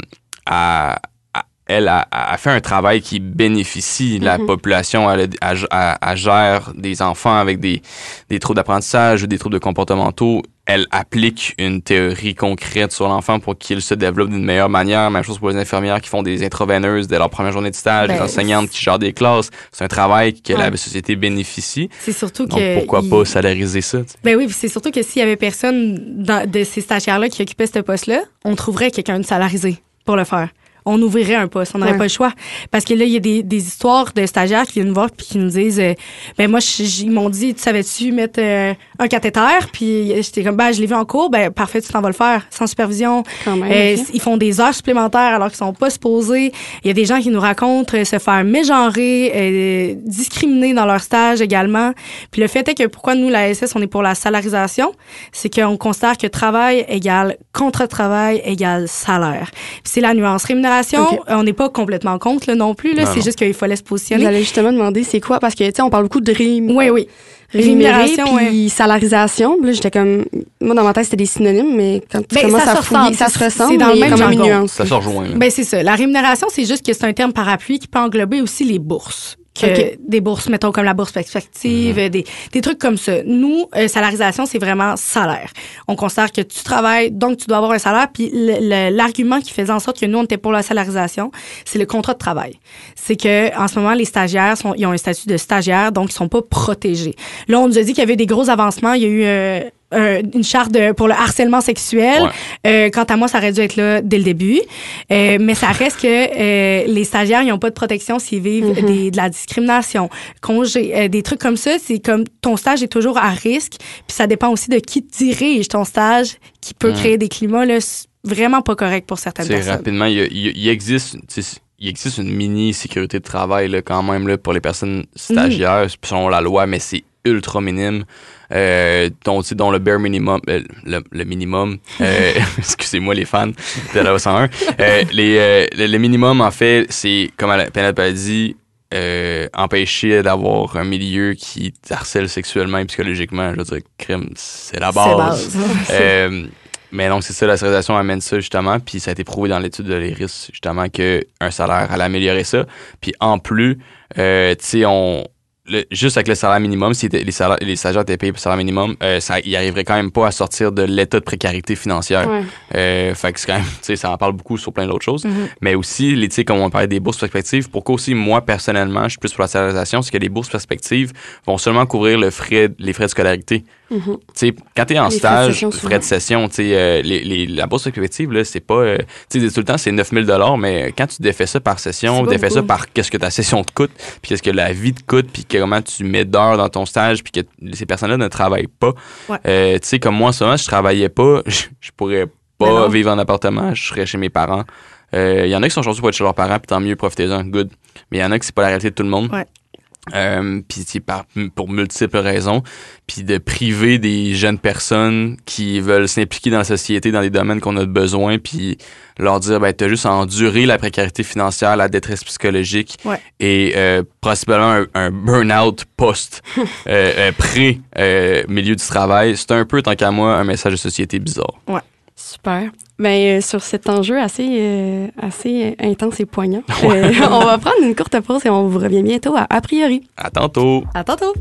à elle a, a fait un travail qui bénéficie de la mm-hmm. population. Elle, elle, elle, elle gère des enfants avec des, des troubles d'apprentissage ou des troubles de comportementaux. Elle applique une théorie concrète sur l'enfant pour qu'il se développe d'une meilleure manière. Même chose pour les infirmières qui font des intraveineuses dès leur première journée de stage, ben, les enseignantes qui gèrent des classes. C'est un travail que ouais. la société bénéficie. C'est surtout Donc, que... pourquoi il... pas salariser ça? T'sais. Ben oui, c'est surtout que s'il y avait personne dans, de ces stagiaires-là qui occupait ce poste-là, on trouverait quelqu'un de salarisé pour le faire. On ouvrirait un poste. On n'aurait ouais. pas le choix. Parce que là, il y a des, des histoires de stagiaires qui viennent nous voir puis qui nous disent euh, ben moi, ils m'ont dit, tu savais-tu mettre euh, un cathéter? Puis j'étais comme, ben je l'ai vu en cours. Ben parfait, tu t'en vas le faire sans supervision. Quand même, euh, okay. Ils font des heures supplémentaires alors qu'ils sont pas supposés. Il y a des gens qui nous racontent euh, se faire mégenrer, euh, discriminer dans leur stage également. Puis le fait est que pourquoi nous, la S S, on est pour la salarisation, c'est qu'on considère que travail égale contrat de travail égale salaire. Puis c'est la nuance. Rémunération, okay. on n'est pas complètement contre là, non plus. Là, non, c'est non. juste qu'il fallait se positionner. J'allais justement demander c'est quoi, parce que tu sais, on parle beaucoup de rém... oui, oui. rémunération puis ouais. salarisation. Là, j'étais comme, moi dans ma tête c'était des synonymes, mais quand tu ben, commences à fouiller, ça se ressemble. C'est dans le même genre. Nuance. Ça se rejoint. Ben c'est ça. La rémunération, c'est juste que c'est un terme parapluie qui peut englober aussi les bourses. Que okay. Des bourses, mettons, comme la bourse perspective, mm-hmm. des, des trucs comme ça. Nous, euh, salarisation, c'est vraiment salaire. On considère que tu travailles, donc tu dois avoir un salaire. Puis le, le, l'argument qui faisait en sorte que nous, on était pour la salarisation, c'est le contrat de travail. C'est que en ce moment, les stagiaires, sont, ils ont un statut de stagiaire, donc ils sont pas protégés. Là, on nous a dit qu'il y avait des gros avancements. Il y a eu... Euh, Euh, une charte de, pour le harcèlement sexuel. Ouais. Euh, quant à moi, ça aurait dû être là dès le début. Euh, mais ça reste que euh, les stagiaires, ils n'ont pas de protection s'ils vivent mm-hmm. des, de la discrimination. Congé, euh, des trucs comme ça, c'est comme ton stage est toujours à risque. Puis ça dépend aussi de qui dirige ton stage, qui peut mm. créer des climats là, vraiment pas corrects pour certaines T'sais, personnes. Rapidement, il, il, il existe... Il existe une mini-sécurité de travail là, quand même là, pour les personnes stagiaires, mm. selon la loi, mais c'est ultra minime. Euh, dont, dont le bare minimum, euh, le, le minimum, euh, excusez-moi les fans de la cent un, euh, les, euh, le, le minimum, en fait, c'est, comme Penelope a dit, euh, empêcher d'avoir un milieu qui harcèle sexuellement et psychologiquement. Je veux dire, crime, c'est la base. C'est base. euh, mais donc, c'est ça, la salarisation amène ça, justement, puis ça a été prouvé dans l'étude de l'I R I S, justement, qu'un salaire allait améliorer ça. Puis en plus, euh, tu sais, on... Le, juste avec le salaire minimum, si les, salaires, les stagiaires étaient payés pour le salaire minimum, euh, ça, ils arriveraient quand même pas à sortir de l'état de précarité financière. Ouais. Euh, fait que c'est quand même, tu sais, ça en parle beaucoup sur plein d'autres choses. Mm-hmm. Mais aussi, les, tu sais, comme on parlait des bourses perspectives, pourquoi aussi, moi, personnellement, je suis plus pour la salarisation, c'est que les bourses perspectives vont seulement couvrir le frais, les frais de scolarité. Mm-hmm. Tu sais, quand t'es en les stage, frais de, frais de session, tu sais, euh, les, les, la bourse perspective, là, c'est pas, euh, tu sais, tout le temps, c'est neuf mille dollars, mais quand tu défais ça par session, défais ça par qu'est-ce que ta session te coûte, puis qu'est-ce que la vie te coûte, puis comment tu mets d'heures dans ton stage puis que ces personnes-là ne travaillent pas. Ouais. Euh, tu sais, comme moi, en ce moment, je travaillais pas, je, je pourrais pas vivre en appartement, je serais chez mes parents. Il euh, y en a qui sont chanceux pour être chez leurs parents, puis tant mieux, profitez-en, good. Mais il y en a qui c'est pas la réalité de tout le monde. Ouais. Euh, puis par pour multiples raisons, puis de priver des jeunes personnes qui veulent s'impliquer dans la société dans les domaines qu'on a besoin, puis leur dire ben t'as juste à endurer la précarité financière, la détresse psychologique ouais. et euh, possiblement un, un burn-out post euh, euh, pré euh, milieu du travail. C'est un peu tant qu'à moi un message de société bizarre. Ouais. Super. Ben, euh, sur cet enjeu assez, euh, assez intense et poignant, ouais. euh, on va prendre une courte pause et on vous revient bientôt à A priori. À tantôt. À tantôt.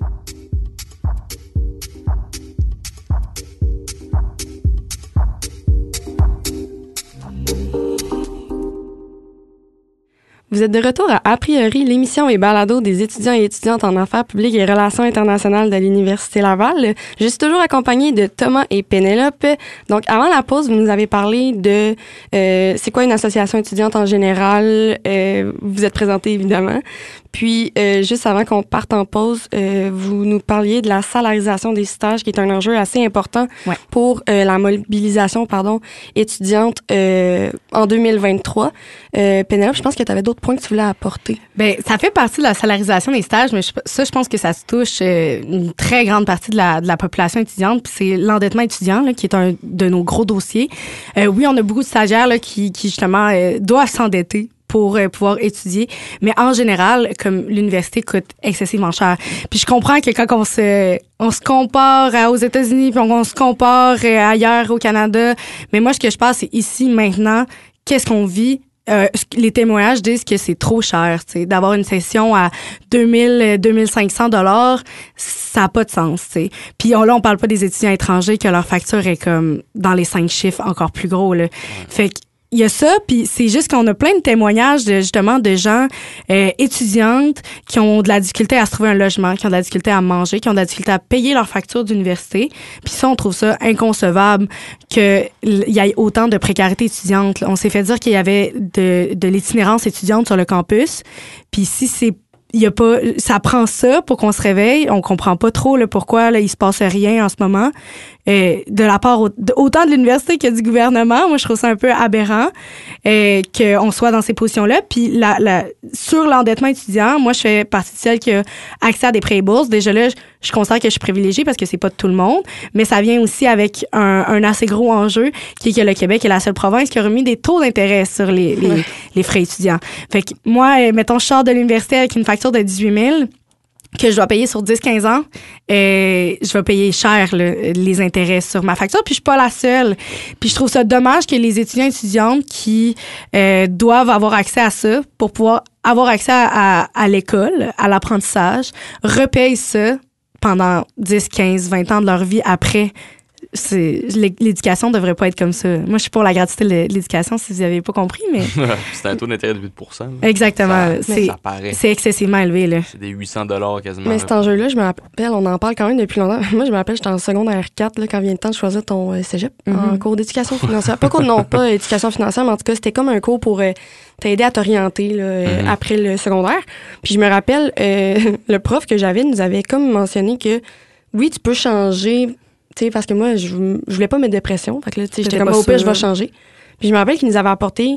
Vous êtes de retour à A priori, l'émission et balado des étudiants et étudiantes en affaires publiques et relations internationales de l'Université Laval. Je suis toujours accompagnée de Thomas et Pénélope. Donc, avant la pause, vous nous avez parlé de euh, c'est quoi une association étudiante en général. Euh, vous êtes présentés, évidemment. Puis, euh, juste avant qu'on parte en pause, euh, vous nous parliez de la salarisation des stages, qui est un enjeu assez important ouais. pour euh, la mobilisation pardon, étudiante euh, en deux mille vingt-trois. Euh, Pénélope, je pense que tu avais d'autres points que tu voulais apporter. Bien, ça fait partie de la salarisation des stages, mais je, ça, je pense que ça se touche euh, une très grande partie de la, de la population étudiante, puis c'est l'endettement étudiant, là, qui est un de nos gros dossiers. Euh, oui, on a beaucoup de stagiaires là, qui, qui, justement, euh, doivent s'endetter pour euh, pouvoir étudier. Mais en général, comme l'université coûte excessivement cher. Puis je comprends que quand on se on se compare aux États-Unis, puis on, on se compare euh, ailleurs au Canada, mais moi, ce que je pense, c'est ici, maintenant, qu'est-ce qu'on vit? Euh, les témoignages disent que c'est trop cher, tu sais, d'avoir une session à deux mille, deux mille cinq cents dollars, ça n'a pas de sens, tu sais. Puis on, là, on parle pas des étudiants étrangers que leur facture est comme dans les cinq chiffres encore plus gros, là. Ouais. Fait que il y a ça, puis c'est juste qu'on a plein de témoignages de, justement de gens euh, étudiantes qui ont de la difficulté à se trouver un logement, qui ont de la difficulté à manger, qui ont de la difficulté à payer leur facture d'université. Puis ça, on trouve ça inconcevable qu'il y ait autant de précarité étudiante. On s'est fait dire qu'il y avait de, de l'itinérance étudiante sur le campus. Puis si c'est il y a pas, ça prend ça pour qu'on se réveille. On comprend pas trop là, pourquoi là, il se passe rien en ce moment. Euh, de la part au, de, autant de l'université que du gouvernement, moi je trouve ça un peu aberrant euh, qu'on soit dans ces positions-là. Puis la, la, sur l'endettement étudiant, moi je fais partie de celle qui a accès à des prêts et bourses. Déjà là, je, je considère que je suis privilégiée parce que c'est pas de tout le monde, mais ça vient aussi avec un, un assez gros enjeu qui est que le Québec est la seule province qui a remis des taux d'intérêt sur les, les, ouais. les frais étudiants. Fait que moi, mettons, je sors de l'université avec une facture de dix-huit mille que je dois payer sur dix à quinze ans, euh, je vais payer cher là, les intérêts sur ma facture, puis je suis pas la seule. Puis je trouve ça dommage que les étudiants et étudiantes qui euh, doivent avoir accès à ça pour pouvoir avoir accès à, à, à l'école, à l'apprentissage, repayent ça pendant dix, quinze, vingt ans de leur vie après. C'est, l'éducation devrait pas être comme ça. Moi, je suis pour la gratuité de l'éducation, si vous n'avez pas compris, mais... c'est un taux d'intérêt de huit pour cent. Là. Exactement. Ça, c'est, ça paraît. C'est excessivement élevé, là. C'est des huit cents dollars quasiment. Mais cet enjeu-là, je me rappelle, on en parle quand même depuis longtemps. Moi, je me rappelle, j'étais en secondaire quatre, là, quand vient le temps de choisir ton euh, cégep, mm-hmm. en cours d'éducation financière. Pas cours, non, pas éducation financière, mais en tout cas, c'était comme un cours pour euh, t'aider à t'orienter là, euh, mm-hmm. après le secondaire. Puis je me rappelle, euh, le prof que j'avais nous avait comme mentionné que, oui, tu peux changer... T'sais, parce que moi, je, je voulais pas mettre de pression. Fait que là, j'étais comme, au pire, je vais changer. Puis je me rappelle qu'il nous avait apporté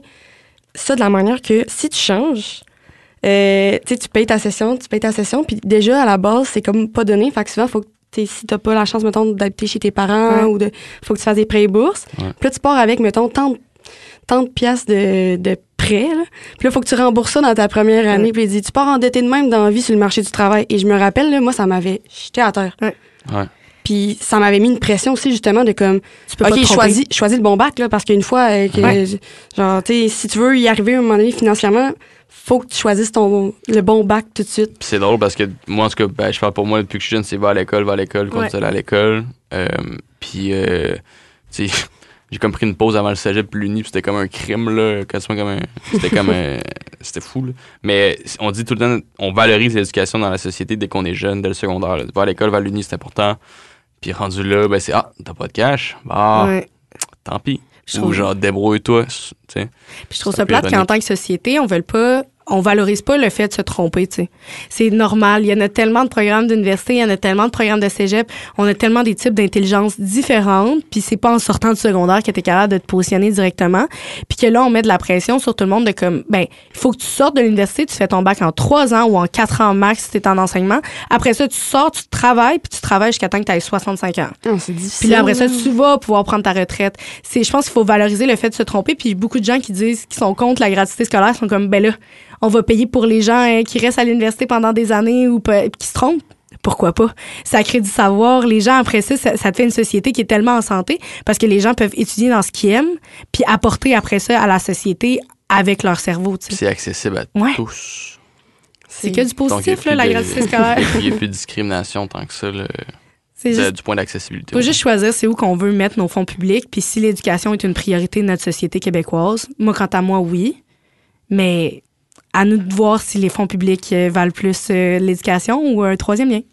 ça de la manière que si tu changes, euh, tu payes ta session, tu payes ta session. Puis déjà, à la base, c'est comme pas donné. Fait que souvent, faut que si t'as pas la chance, mettons, d'habiter chez tes parents ouais. ou de, faut que tu fasses des prêts et bourses. Ouais. Puis là, tu pars avec, mettons, tant, tant de piastres de, de prêt. Là. Puis là, faut que tu rembourses ça dans ta première année. Ouais. Puis il dit, tu pars endetté de même dans la vie sur le marché du travail. Et je me rappelle, là, moi, ça m'avait jeté à terre. Ouais. Ouais. Puis ça m'avait mis une pression aussi, justement, de comme, tu peux OK, pas choisis, choisis le bon bac, là, parce qu'une fois, euh, que, ouais. genre, tu sais, si tu veux y arriver à un moment donné financièrement, faut que tu choisisses ton, le bon bac tout de suite. Puis c'est drôle parce que moi, en tout cas, ben, je parle pour moi depuis que je suis jeune, c'est va à l'école, va à l'école, continue ouais. à l'école. Euh, puis, euh, tu sais, j'ai comme pris une pause avant le cégep puis l'uni, puis c'était comme un crime, là, quasiment comme un... C'était comme un... C'était fou, là. Mais on dit tout le temps, on valorise l'éducation dans la société dès qu'on est jeune, dès le secondaire. Là. Va à l'école, va à l'uni, c'est important. Puis rendu là, ben c'est « Ah, t'as pas de cash? Bah, ouais. tant pis. » Ou genre « Débrouille-toi. » tu sais. Puis je trouve ça plate qu'en tant que société, on veut pas... On valorise pas le fait de se tromper, tu sais. C'est normal. Il y en a tellement de programmes d'université, il y en a tellement de programmes de cégep. On a tellement des types d'intelligence différentes. Puis c'est pas en sortant du secondaire que t'es capable de te positionner directement. Puis que là, on met de la pression sur tout le monde de comme, ben, il faut que tu sortes de l'université, tu fais ton bac en trois ans ou en quatre ans max si t'es en enseignement. Après ça, tu sors, tu travailles, puis tu travailles jusqu'à temps que t'aies soixante-cinq ans. Oh, c'est difficile. Puis là, après ça, tu vas pouvoir prendre ta retraite. C'est, je pense qu'il faut valoriser le fait de se tromper. Puis beaucoup de gens qui disent qu'ils sont contre la gratuité scolaire sont comme, ben là, on va payer pour les gens hein, qui restent à l'université pendant des années ou qui se trompent. Pourquoi pas? Ça crée du savoir. Les gens, après ça, ça, ça te fait une société qui est tellement en santé parce que les gens peuvent étudier dans ce qu'ils aiment puis apporter après ça à la société avec leur cerveau. Tu sais. C'est accessible à ouais. tous. C'est, c'est que du positif, là, la gratuité scolaire. Il n'y a plus de discrimination tant que ça, là, c'est juste, du point d'accessibilité. Il faut juste choisir c'est où qu'on veut mettre nos fonds publics puis si l'éducation est une priorité de notre société québécoise. Moi, quant à moi, oui. Mais... à nous de voir si les fonds publics euh, valent plus euh, l'éducation ou un troisième lien.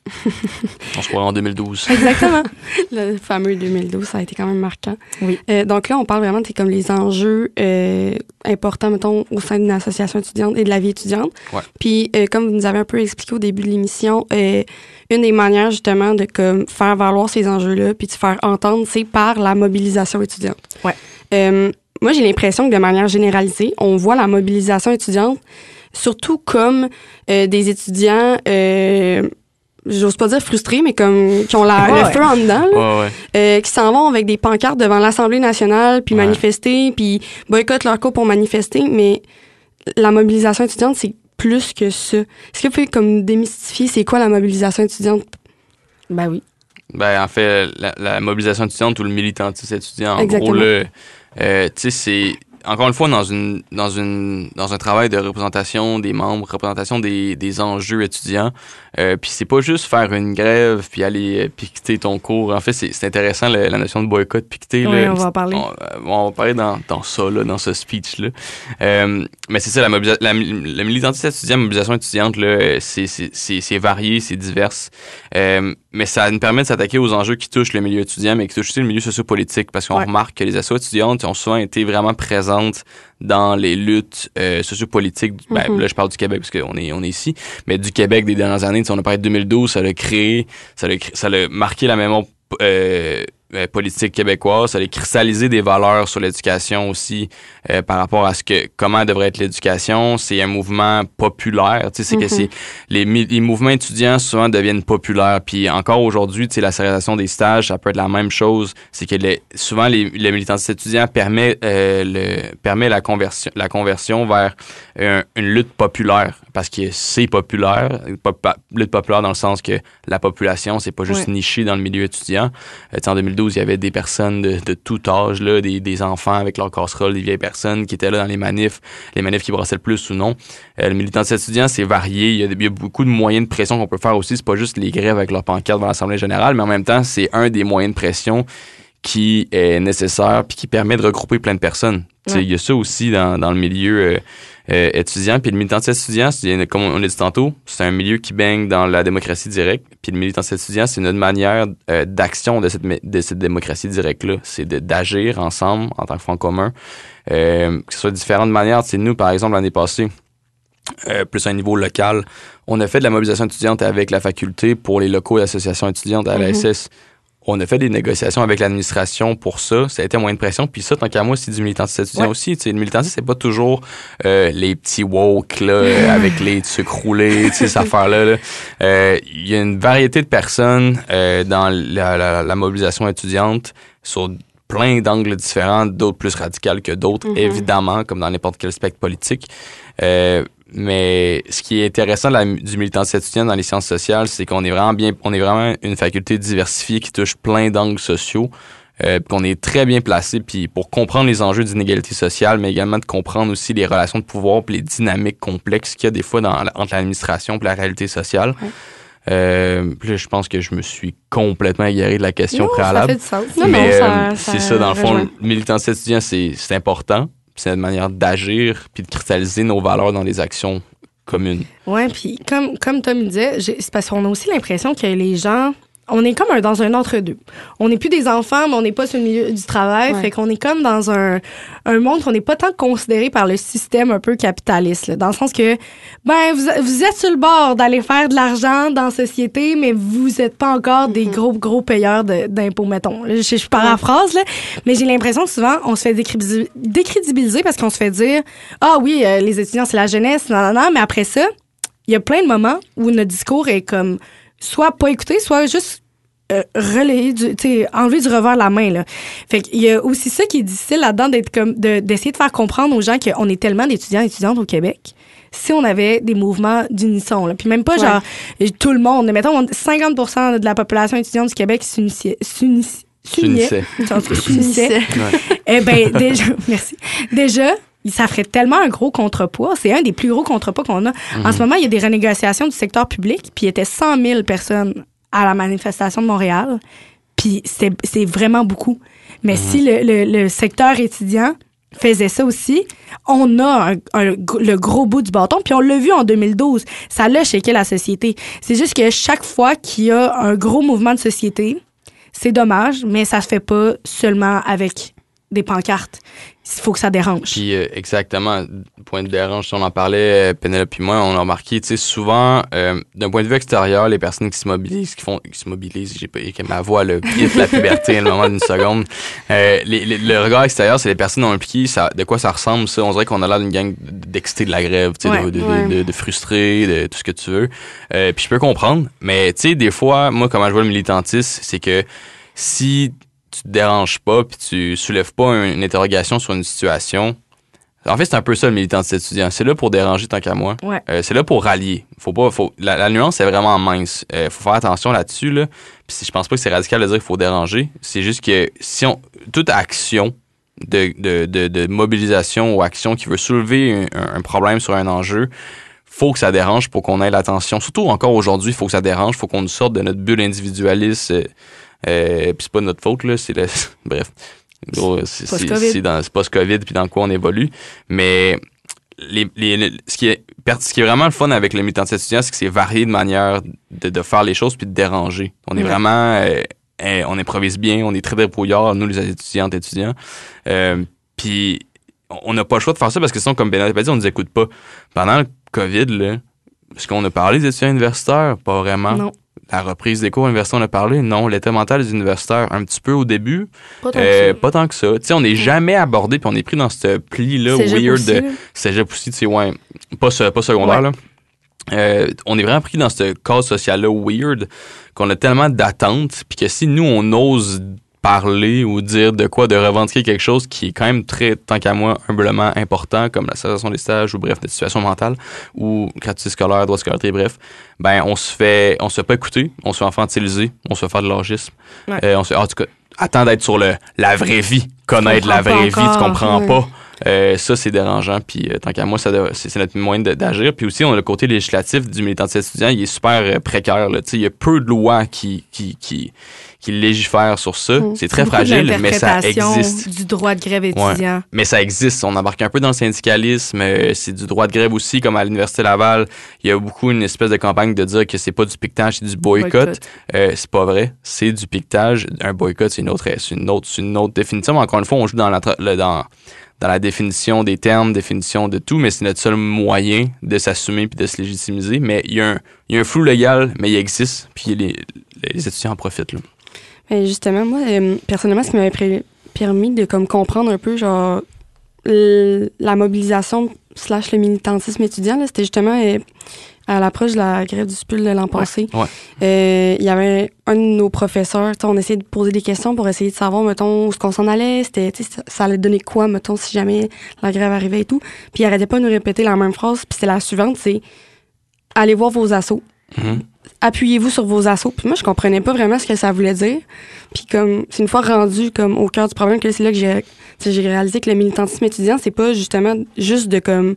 On se croit en deux mille douze. Exactement. Le fameux deux mille douze, ça a été quand même marquant. Oui. Euh, donc là, on parle vraiment de comme les enjeux euh, importants, mettons, au sein d'une association étudiante et de la vie étudiante. Ouais. Puis, euh, comme vous nous avez un peu expliqué au début de l'émission, euh, une des manières, justement, de comme, faire valoir ces enjeux-là puis de se faire entendre, c'est par la mobilisation étudiante. Ouais. Euh, moi, j'ai l'impression que de manière généralisée, on voit la mobilisation étudiante surtout comme euh, des étudiants, euh, j'ose pas dire frustrés, mais comme qui ont la, ouais, le ouais. feu en dedans, là, Ouais, ouais. euh, qui s'en vont avec des pancartes devant l'Assemblée nationale, puis Ouais. manifester, puis boycottent leur cours pour manifester. Mais la mobilisation étudiante, c'est plus que ça. Est-ce que vous pouvez comme démystifier c'est quoi la mobilisation étudiante? Ben oui. Ben, en fait, la, la mobilisation étudiante ou le militantisme étudiant, en Exactement. gros, là, euh, tu sais, c'est encore une fois dans une dans une dans un travail de représentation des membres, représentation des, des enjeux étudiants. Euh, puis c'est pas juste faire une grève puis aller euh, piqueter ton cours. En fait, c'est, c'est intéressant le, la notion de boycott piqueter. Oui, là. on va en parler. On, euh, on va parler dans, dans ça, là, dans ce speech-là. Euh, mais c'est ça, la, mobilisa- la, la militantisme étudiant, la mobilisation étudiante, là, c'est, c'est, c'est, c'est varié, c'est divers. Euh, mais ça nous permet de s'attaquer aux enjeux qui touchent le milieu étudiant, mais qui touchent aussi le milieu sociopolitique, parce qu'on Ouais. remarque que les assos étudiantes ont souvent été vraiment présentes dans les luttes euh, sociopolitiques. Ben, Mhm. là, je parle du Québec, parce qu'on est, on est ici, mais du Québec des dernières années. On a parlé de deux mille douze, ça l'a créé, ça l'a, ça l'a marqué la mémoire euh, euh, politique québécoise, ça a cristallisé des valeurs sur l'éducation aussi euh, par rapport à ce que comment devrait être l'éducation. C'est un mouvement populaire, tu sais, c'est Mhm. que c'est les, mi- les mouvements étudiants souvent deviennent populaires. Puis encore aujourd'hui, tu sais, la sérialisation des stages, ça peut être la même chose. C'est que les, souvent les, le militantisme étudiant permet euh, le permet la conversion la conversion vers un- une lutte populaire parce que c'est populaire, pop- lutte populaire dans le sens que la population c'est pas juste Ouais. niché dans le milieu étudiant. Euh, tu sais, en deux mille douze, il y avait des personnes de, de tout âge, là, des, des enfants avec leurs casseroles, des vieilles personnes qui étaient là dans les manifs, les manifs qui brassaient le plus ou non. Euh, le militantisme étudiant, c'est varié. Il y, a, il y a beaucoup de moyens de pression qu'on peut faire aussi. C'est pas juste les grèves avec leurs pancartes dans l'Assemblée générale, mais en même temps, c'est un des moyens de pression qui est nécessaire puis qui permet de regrouper plein de personnes. Tu sais, Ouais. il y a ça aussi dans, dans le milieu euh, euh, étudiant. Puis le militantisme étudiant, c'est, comme on l'a dit tantôt, c'est un milieu qui baigne dans la démocratie directe. Puis le militantisme étudiant, c'est une manière euh, d'action de cette, mé- de cette démocratie directe-là. C'est de, d'agir ensemble en tant que front commun. Euh, que ce soit de différentes manières. Tu sais, nous, par exemple, l'année passée, Euh, plus à un niveau local. On a fait de la mobilisation étudiante avec la faculté pour les locaux d'associations étudiantes à la S S. On a fait des négociations avec l'administration pour ça. Ça a été un moyen de pression. Puis ça, tant qu'à moi, c'est du militantisme étudiant Ouais. aussi. Tu sais, le militantisme, c'est pas toujours euh, les petits woke là, euh, avec les sucres roulés, tu sais, cette affaire-là. là. Euh, Il y a une variété de personnes euh, dans la, la, la mobilisation étudiante sur plein d'angles différents, d'autres plus radicales que d'autres, Mhm. évidemment, comme dans n'importe quel spectre politique. Euh, mais ce qui est intéressant de la, du militantisme étudiant dans les sciences sociales, c'est qu'on est vraiment bien, on est vraiment une faculté diversifiée qui touche plein d'angles sociaux, euh, puis qu'on est très bien placé puis pour comprendre les enjeux d'inégalité sociale, mais également de comprendre aussi les relations de pouvoir puis les dynamiques complexes qu'il y a des fois dans, entre l'administration et la réalité sociale. Ouais. Euh, puis là, je pense que je me suis complètement égaré de la question Non, ça préalable. fait du sens. Non, mais non, ça- euh, ça c'est ça, dans le fond, rejoint. le militantisme étudiant, c'est, c'est important. Puis c'est une manière d'agir puis de cristalliser nos valeurs dans des actions communes. Ouais, puis comme, comme Tom disait, j'ai- c'est parce qu'on a aussi l'impression que les gens, on est comme un, dans un entre-deux. On n'est plus des enfants, mais on n'est pas sur le milieu du travail. Ouais. Fait qu'on est comme dans un, un monde qu'on n'est pas tant considéré par le système un peu capitaliste. Là, dans le sens que, ben, vous, vous êtes sur le bord d'aller faire de l'argent dans la société, mais vous n'êtes pas encore des gros, gros payeurs de, d'impôts, mettons. Là, je, je paraphrase, là, mais j'ai l'impression que souvent, on se fait décrédibiliser, décrédibiliser parce qu'on se fait dire, ah oui, euh, les étudiants, c'est la jeunesse, non, non, non, mais après ça, il y a plein de moments où notre discours est comme soit pas écouté, soit juste euh, relayé, du, tu sais, enlevé du revers de la main, là. Fait qu'il y a aussi ça qui est difficile là-dedans, d'être comme, de, d'essayer de faire comprendre aux gens qu'on est tellement d'étudiants et étudiantes au Québec. Si on avait des mouvements d'unisson, là. Puis même pas Ouais. genre tout le monde, mettons on- cinquante pour cent de la population étudiante du Québec s'unissait, s'unissait, S'unissait. en tout cas, s'unissait. S'unissait. Eh ben déjà, merci. Déjà, ça ferait tellement un gros contrepoids. C'est un des plus gros contrepoids qu'on a. En ce moment, il y a des renégociations du secteur public, puis il y était cent mille personnes à la manifestation de Montréal. Puis c'est, c'est vraiment beaucoup. Mais si le, le, le secteur étudiant faisait ça aussi, on a un, un, le gros bout du bâton, puis on l'a vu en deux mille douze. Ça l'a shaké la société. C'est juste que chaque fois qu'il y a un gros mouvement de société, c'est dommage, mais ça se fait pas seulement avec des pancartes. Il faut que ça dérange. Puis euh, exactement, point de dérange, on en parlait, euh, Pénélope et moi, on a remarqué, tu sais, souvent, euh, d'un point de vue extérieur, les personnes qui se mobilisent, qui font, qui se mobilisent, j'ai pas, que ma voix, le quitte la puberté à le moment d'une seconde. Euh, les, les, le regard extérieur, c'est les personnes impliquées, ça, de quoi ça ressemble, ça? On dirait qu'on a l'air d'une gang d'excités de la grève, tu sais, ouais, de, de, ouais. de, de, de frustrés, de tout ce que tu veux. Euh, puis je peux comprendre, mais tu sais, des fois, moi, comment je vois le militantisme, c'est que si tu te déranges pas puis tu soulèves pas une, une interrogation sur une situation. En fait, c'est un peu ça le militantisme étudiant. C'est là pour déranger tant qu'à moi. Ouais. Euh, c'est là pour rallier. Faut pas, faut, la, la nuance est vraiment mince. Euh, faut faire attention là-dessus. Là. Puis je pense pas que c'est radical de dire qu'il faut déranger. C'est juste que si on, toute action de, de, de, de mobilisation ou action qui veut soulever un, un problème sur un enjeu, faut que ça dérange pour qu'on ait l'attention. Surtout encore aujourd'hui, faut que ça dérange. Faut qu'on nous sorte de notre bulle individualiste. Euh, Euh, puis c'est pas notre faute, là. C'est le... Bref. Gros, c'est, c'est, c'est, dans, c'est post-COVID puis dans quoi on évolue. Mais les, les, les, ce, qui est, ce qui est vraiment le fun avec le militantisme étudiant, c'est que c'est varié de manière de, de faire les choses puis de déranger. On est ouais. vraiment... Euh, euh, on improvise bien, on est très débrouillards, nous, les étudiantes et étudiants. Euh, puis on n'a pas le choix de faire ça parce que sinon, comme Bénédicte a dit, on nous écoute pas. Pendant le COVID, là, est-ce qu'on a parlé des étudiants universitaires? Pas vraiment. Non. La reprise des cours universitaires, on a parlé. Non, l'état mental des universitaires, un petit peu au début. Pas tant euh, que ça. Pas tant que ça. Tu sais, on n'est jamais abordé, puis on est pris dans ce pli-là Cégep weird aussi, de là. cégep aussi, tu sais, ouais. Pas, pas secondaire, ouais. là. Euh, on est vraiment pris dans ce cadre social-là weird qu'on a tellement d'attentes, puis que si nous, on ose parler ou dire de quoi, de revendiquer quelque chose qui est quand même très, tant qu'à moi, humblement important, comme la cessation des stages ou bref, de situation mentale, ou gratuité scolaire, droit de scolarité, bref, ben, on se fait, on se fait pas écouter, on se fait infantiliser, on se fait faire de l'orgisme. Ouais. Euh, on se fait, en tout cas, attends d'être sur le, la vraie vie, connaître la vraie vie, tu comprends ouais. pas. Euh, ça, c'est dérangeant. Puis, euh, tant qu'à moi, ça doit, c'est, c'est notre moyen de, d'agir. Puis aussi, on a le côté législatif du militantisme étudiant. Il est super euh, précaire. Là. Il y a peu de lois qui, qui, qui, qui légifèrent sur ça. Mmh. C'est très Beaucoup fragile, mais ça existe. Du droit de grève étudiant. Ouais. Mais ça existe. On embarque un peu dans le syndicalisme. Euh, c'est du droit de grève aussi, comme à l'Université Laval. Il y a beaucoup une espèce de campagne de dire que c'est pas du piquetage, c'est du boycott. boycott. Euh, c'est pas vrai. C'est du piquetage. Un boycott, c'est une autre, c'est une autre, c'est une autre définition. Mais encore une fois, on joue dans la, dans, dans la définition des termes, définition de tout, mais c'est notre seul moyen de s'assumer puis de se légitimiser. Mais il y a un, il y a un flou légal, mais il existe, puis les, les étudiants en profitent, là. Mais justement, moi, euh, personnellement, ce qui m'avait pré- permis de comme comprendre un peu, genre, l- la mobilisation slash le militantisme étudiant, là, c'était justement euh, à l'approche de la grève du S P U L de l'an passé. Ouais. Euh, il y avait un de nos professeurs, on essayait de poser des questions pour essayer de savoir, mettons, où est-ce qu'on s'en allait, c'était, ça, ça allait donner quoi, mettons, si jamais la grève arrivait et tout. Puis il arrêtait pas de nous répéter la même phrase, puis c'était la suivante, c'est « Allez voir vos assos. Mm-hmm. » Appuyez-vous sur vos assos. Puis moi, je comprenais pas vraiment ce que ça voulait dire. Puis comme, c'est une fois rendu comme au cœur du problème que c'est là que j'ai, j'ai réalisé que le militantisme étudiant, c'est pas justement juste de comme,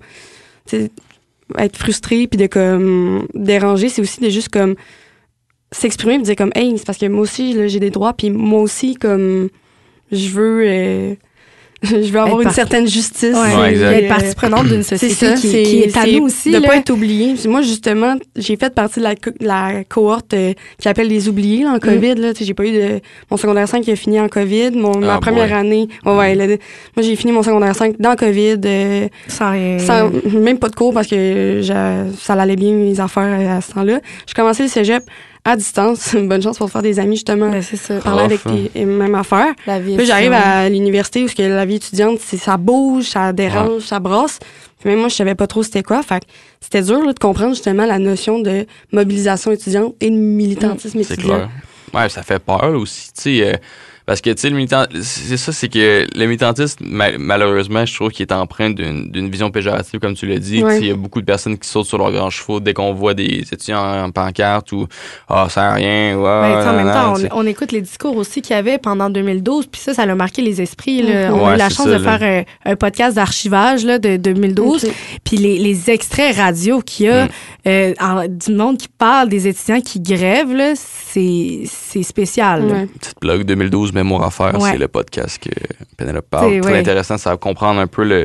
être frustré puis de comme déranger, c'est aussi de juste comme s'exprimer puis dire comme, hey, c'est parce que moi aussi, là, j'ai des droits, puis moi aussi, comme, je veux... Euh, je veux avoir être une part... certaine justice. Ouais, ouais, être partie prenante d'une société c'est ça, qui, c'est, qui est à nous aussi. De ne là. pas être oublié. Moi, justement, j'ai fait partie de la, co- la cohorte euh, qui appelle les oubliés là, en COVID. Mm. Là, j'ai pas eu de... Mon secondaire cinq qui a fini en COVID. Mon, ah, ma première boy. année... Ouais, ouais, là, moi, j'ai fini mon secondaire cinq dans COVID. Euh, sans rien... Sans, même pas de cours parce que ça allait bien mes affaires à ce temps-là. J'ai commencé le cégep à distance. Bonne chance pour faire des amis, justement. Ben, c'est ça. Parler avec les mêmes affaires. La vie Puis j'arrive à l'université où que la vie étudiante, c'est, ça bouge, ça dérange, ouais. ça brasse. Puis même moi, je savais pas trop c'était quoi. Fait que c'était dur là, de comprendre justement la notion de mobilisation étudiante et de militantisme mmh. étudiant. C'est clair. Ouais, ça fait peur aussi, tu sais. Euh, parce que, tu sais, le militant, c'est ça, c'est que le militantisme, ma- malheureusement, je trouve qu'il est empreint d'une, d'une vision péjorative, comme tu l'as dit. Il y a beaucoup de personnes qui sautent sur leurs grands chevaux dès qu'on voit des étudiants en pancarte ou « Ah, oh, ça sert à rien » ou « Ah, ben, en même temps, non, on, on écoute les discours aussi qu'il y avait pendant deux mille douze, puis ça, ça a marqué les esprits. Là. On ouais, a eu la chance ça, de là. faire un, un podcast d'archivage là, de deux mille douze, okay. Puis les, les extraits radio qu'il y a mm. euh, en, du monde qui parle des étudiants qui grèvent, là, c'est, c'est spécial. Ouais. Petite blog deux mille douze, Mauvais Mots à faire, Ouais. c'est le podcast que Pénélope parle. C'est, Très ouais. intéressant, ça va comprendre un peu le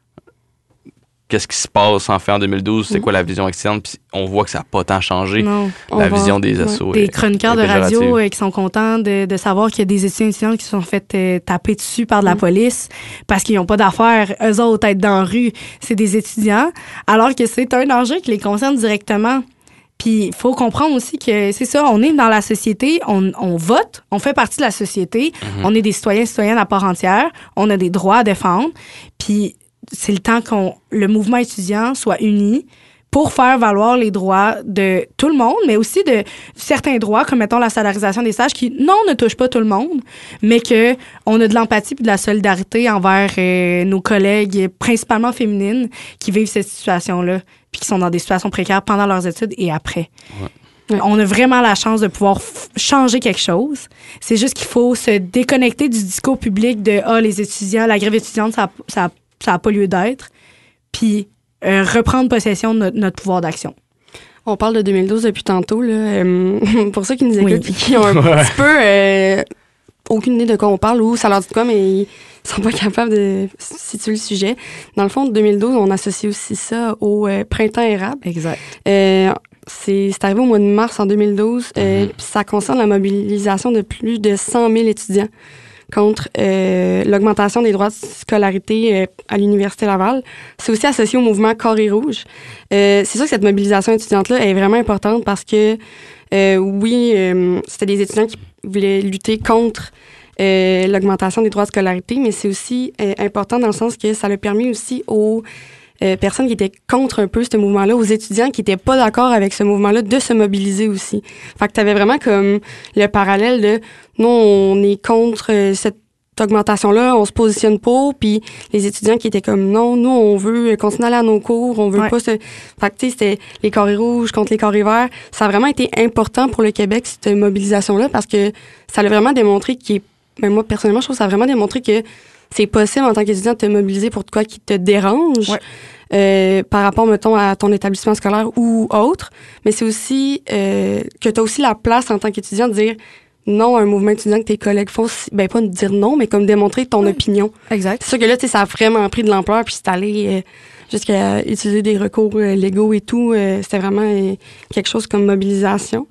qu'est-ce qui se passe en fait en deux mille douze, c'est quoi la vision externe, puis on voit que ça n'a pas tant changé. Non. On La va- vision des ouais. assos. Des est- chroniqueurs de est radio péjorative. euh, qui sont contents de, de savoir qu'il y a des étudiants et étudiantes qui se sont fait euh, taper dessus par de la Mm. police parce qu'ils n'ont pas d'affaires, eux autres, être dans la rue. C'est des étudiants, alors que c'est un enjeu qui les concerne directement. Puis il faut comprendre aussi que c'est ça, on est dans la société, on, on vote, on fait partie de la société, Mhm. on est des citoyens citoyennes à part entière, on a des droits à défendre. Puis c'est le temps qu'on le mouvement étudiant soit uni pour faire valoir les droits de tout le monde, mais aussi de certains droits, comme mettons la salarisation des stages, qui, non, ne touche pas tout le monde, mais que on a de l'empathie et de la solidarité envers euh, nos collègues, principalement féminines, qui vivent cette situation-là, puis qui sont dans des situations précaires pendant leurs études et après. Ouais. On a vraiment la chance de pouvoir f- changer quelque chose. C'est juste qu'il faut se déconnecter du discours public de « Ah, les étudiants, la grève étudiante, ça n'a ça a pas lieu d'être », puis euh, reprendre possession de notre, notre pouvoir d'action. On parle de deux mille douze depuis tantôt. Là. Euh, pour ceux qui nous écoutent Oui. et qui ont un petit peu euh, aucune idée de quoi on parle ou ça leur dit de quoi, mais ils sont pas capables de situer le sujet. Dans le fond, deux mille douze, on associe aussi ça au euh, printemps érable. Exact. Euh, c'est, c'est arrivé au mois de mars en deux mille douze. Euh, Mhm. puis ça concerne la mobilisation de plus de cent mille étudiants contre euh, l'augmentation des droits de scolarité euh, à l'Université Laval. C'est aussi associé au mouvement Carré Rouge. Euh, c'est sûr que cette mobilisation étudiante-là est vraiment importante parce que, euh, oui, euh, c'était des étudiants qui voulaient lutter contre euh, l'augmentation des droits de scolarité, mais c'est aussi euh, important dans le sens que ça a permis aussi aux euh, personnes qui étaient contre un peu ce mouvement-là, aux étudiants qui n'étaient pas d'accord avec ce mouvement-là, de se mobiliser aussi. Fait que tu avais vraiment comme le parallèle de nous, on est contre euh, cette augmentation-là, on se positionne pour, puis les étudiants qui étaient comme non, nous, on veut continuer à aller à nos cours, on veut Ouais. pas se. Fait que tu sais, c'était les carrés rouges contre les carrés verts. Ça a vraiment été important pour le Québec, cette mobilisation-là, parce que ça a vraiment démontré qu'il est. Mais moi, personnellement, je trouve que ça a vraiment démontré que c'est possible en tant qu'étudiant de te mobiliser pour de quoi qui te dérange. Ouais. Euh, par rapport, mettons, à ton établissement scolaire ou autre. Mais c'est aussi euh, que tu as aussi la place en tant qu'étudiant de dire non à un mouvement étudiant que tes collègues font. Si- ben, pas de dire non, mais comme démontrer ton Ouais. opinion. Exact. C'est sûr que là, tu sais, ça a vraiment pris de l'ampleur, puis c'est allé euh, jusqu'à utiliser des recours euh, légaux et tout. Euh, c'était vraiment euh, quelque chose comme mobilisation.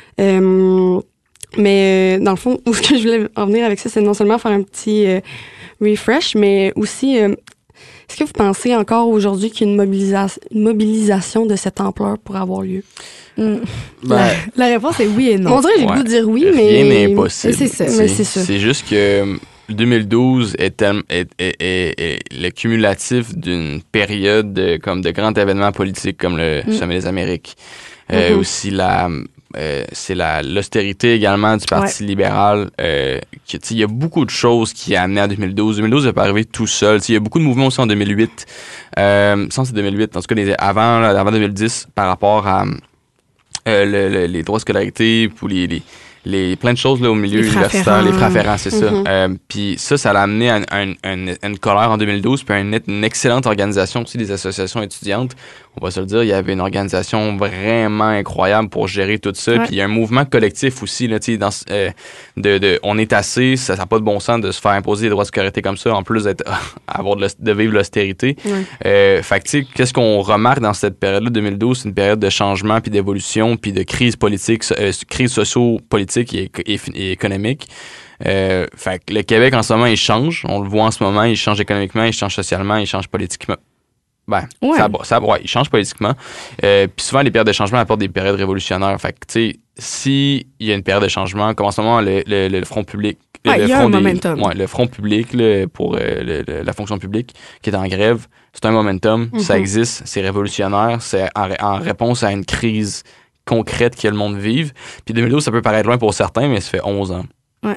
Euh, mais euh, dans le fond, où ce que je voulais en venir avec ça, c'est non seulement faire un petit euh, refresh, mais aussi, euh, est-ce que vous pensez encore aujourd'hui qu'il y a une, mobilisa- une mobilisation de cette ampleur pour avoir lieu? Mm. Ben, la, la réponse est oui et non. On dirait que j'ai le Ouais. goût de dire oui, mais... Rien n'est impossible. C'est ça. tu sais. Mais c'est ça. C'est juste que deux mille douze est, tel- est, est, est- est le cumulatif d'une période de, comme de grands événements politiques comme le Mm. Sommet des Amériques. Euh, Mhm. Aussi la... euh, c'est la l'austérité également du Parti libéral. Euh, qui, tu sais, il y a beaucoup de choses qui a amené à deux mille douze. deux mille douze n'est pas arrivé tout seul. Tu sais, il y a beaucoup de mouvements aussi en deux mille huit. Euh, sans c'est deux mille huit, en tout cas les, avant, là, avant deux mille dix, par rapport à euh, le, le, les droits de scolarité, pour les, les, les plein de choses là, au milieu Les universitaire, les frafférants. frafférants, c'est ça. Mhm. Euh, puis ça, ça l'a amené à, un, un, un- une colère en deux mille douze, puis à une, une excellente organisation aussi des associations étudiantes. On va se le dire, il y avait une organisation vraiment incroyable pour gérer tout ça. Ouais. Puis il y a un mouvement collectif aussi, là, tu sais, dans, ce- euh, de, de, on est assez, ça n'a pas de bon sens de se faire imposer des droits de scolarité comme ça, en plus d'être, avoir de, l'aus- de vivre l'austérité. Ouais. Euh, fait que, tu sais, qu'est-ce qu'on remarque dans cette période-là, deux mille douze, c'est une période de changement, puis d'évolution, puis de crise politique, so- euh, crise socio-politique et, éco- et, et économique. Euh, fait que le Québec, en ce moment, il change. On le voit en ce moment, il change économiquement, il change socialement, il change politiquement. Ben, Ouais. ça, ça, ouais, il change politiquement. Euh, puis souvent, les périodes de changement apportent des périodes révolutionnaires. Fait que, tu sais, si il y a une période de changement, comme en ce moment, le, le, le front public... Ouais, le il y a front un des- momentum. ouais, le front public là, pour euh, le- le- la fonction publique qui est en grève, c'est un momentum, Mhm. ça existe, c'est révolutionnaire, c'est en, ré- en réponse à une crise concrète que le monde vive. Puis deux mille douze, ça peut paraître loin pour certains, mais ça fait onze ans.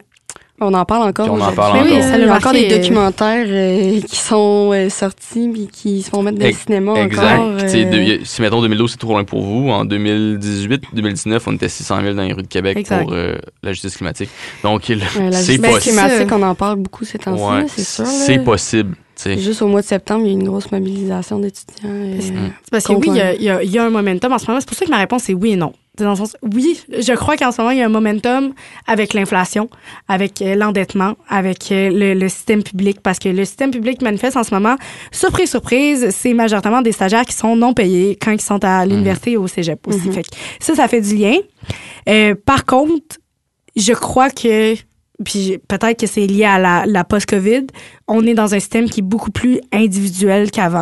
On en parle encore. Puis on en aujourd'hui. parle Mais oui, encore. ça Il y l'a a encore marqué, des euh, documentaires euh, qui sont euh, sortis puis qui se font mettre dans le Ex- cinéma Exact. encore. Puis, tu sais, euh, de- y a- si mettons deux mille douze, c'est trop loin pour vous, en deux mille dix-huit, deux mille dix-neuf, on était six cent mille dans les rues de Québec Exact. pour euh, la justice climatique. Donc, il- ouais, la c'est justice possible. climatique, on en parle beaucoup ces temps-ci, Ouais, là, c'est sûr. là. c'est possible. tu sais. Juste au mois de septembre, il y a eu une grosse mobilisation d'étudiants. euh, C'est parce que contre oui, il y, un- a, il y a- il y a un momentum en ce moment. C'est pour ça que ma réponse est oui et non. Dans le sens, oui, je crois qu'en ce moment, il y a un momentum avec l'inflation, avec euh, l'endettement, avec euh, le, le système public, parce que le système public manifeste en ce moment, surprise, surprise, c'est majoritairement des stagiaires qui sont non payés quand ils sont à l'université et au cégep aussi. Mm-hmm. Fait que ça, ça fait du lien. Euh, par contre, je crois que, puis peut-être que c'est lié à la, la post-COVID, on est dans un système qui est beaucoup plus individuel qu'avant.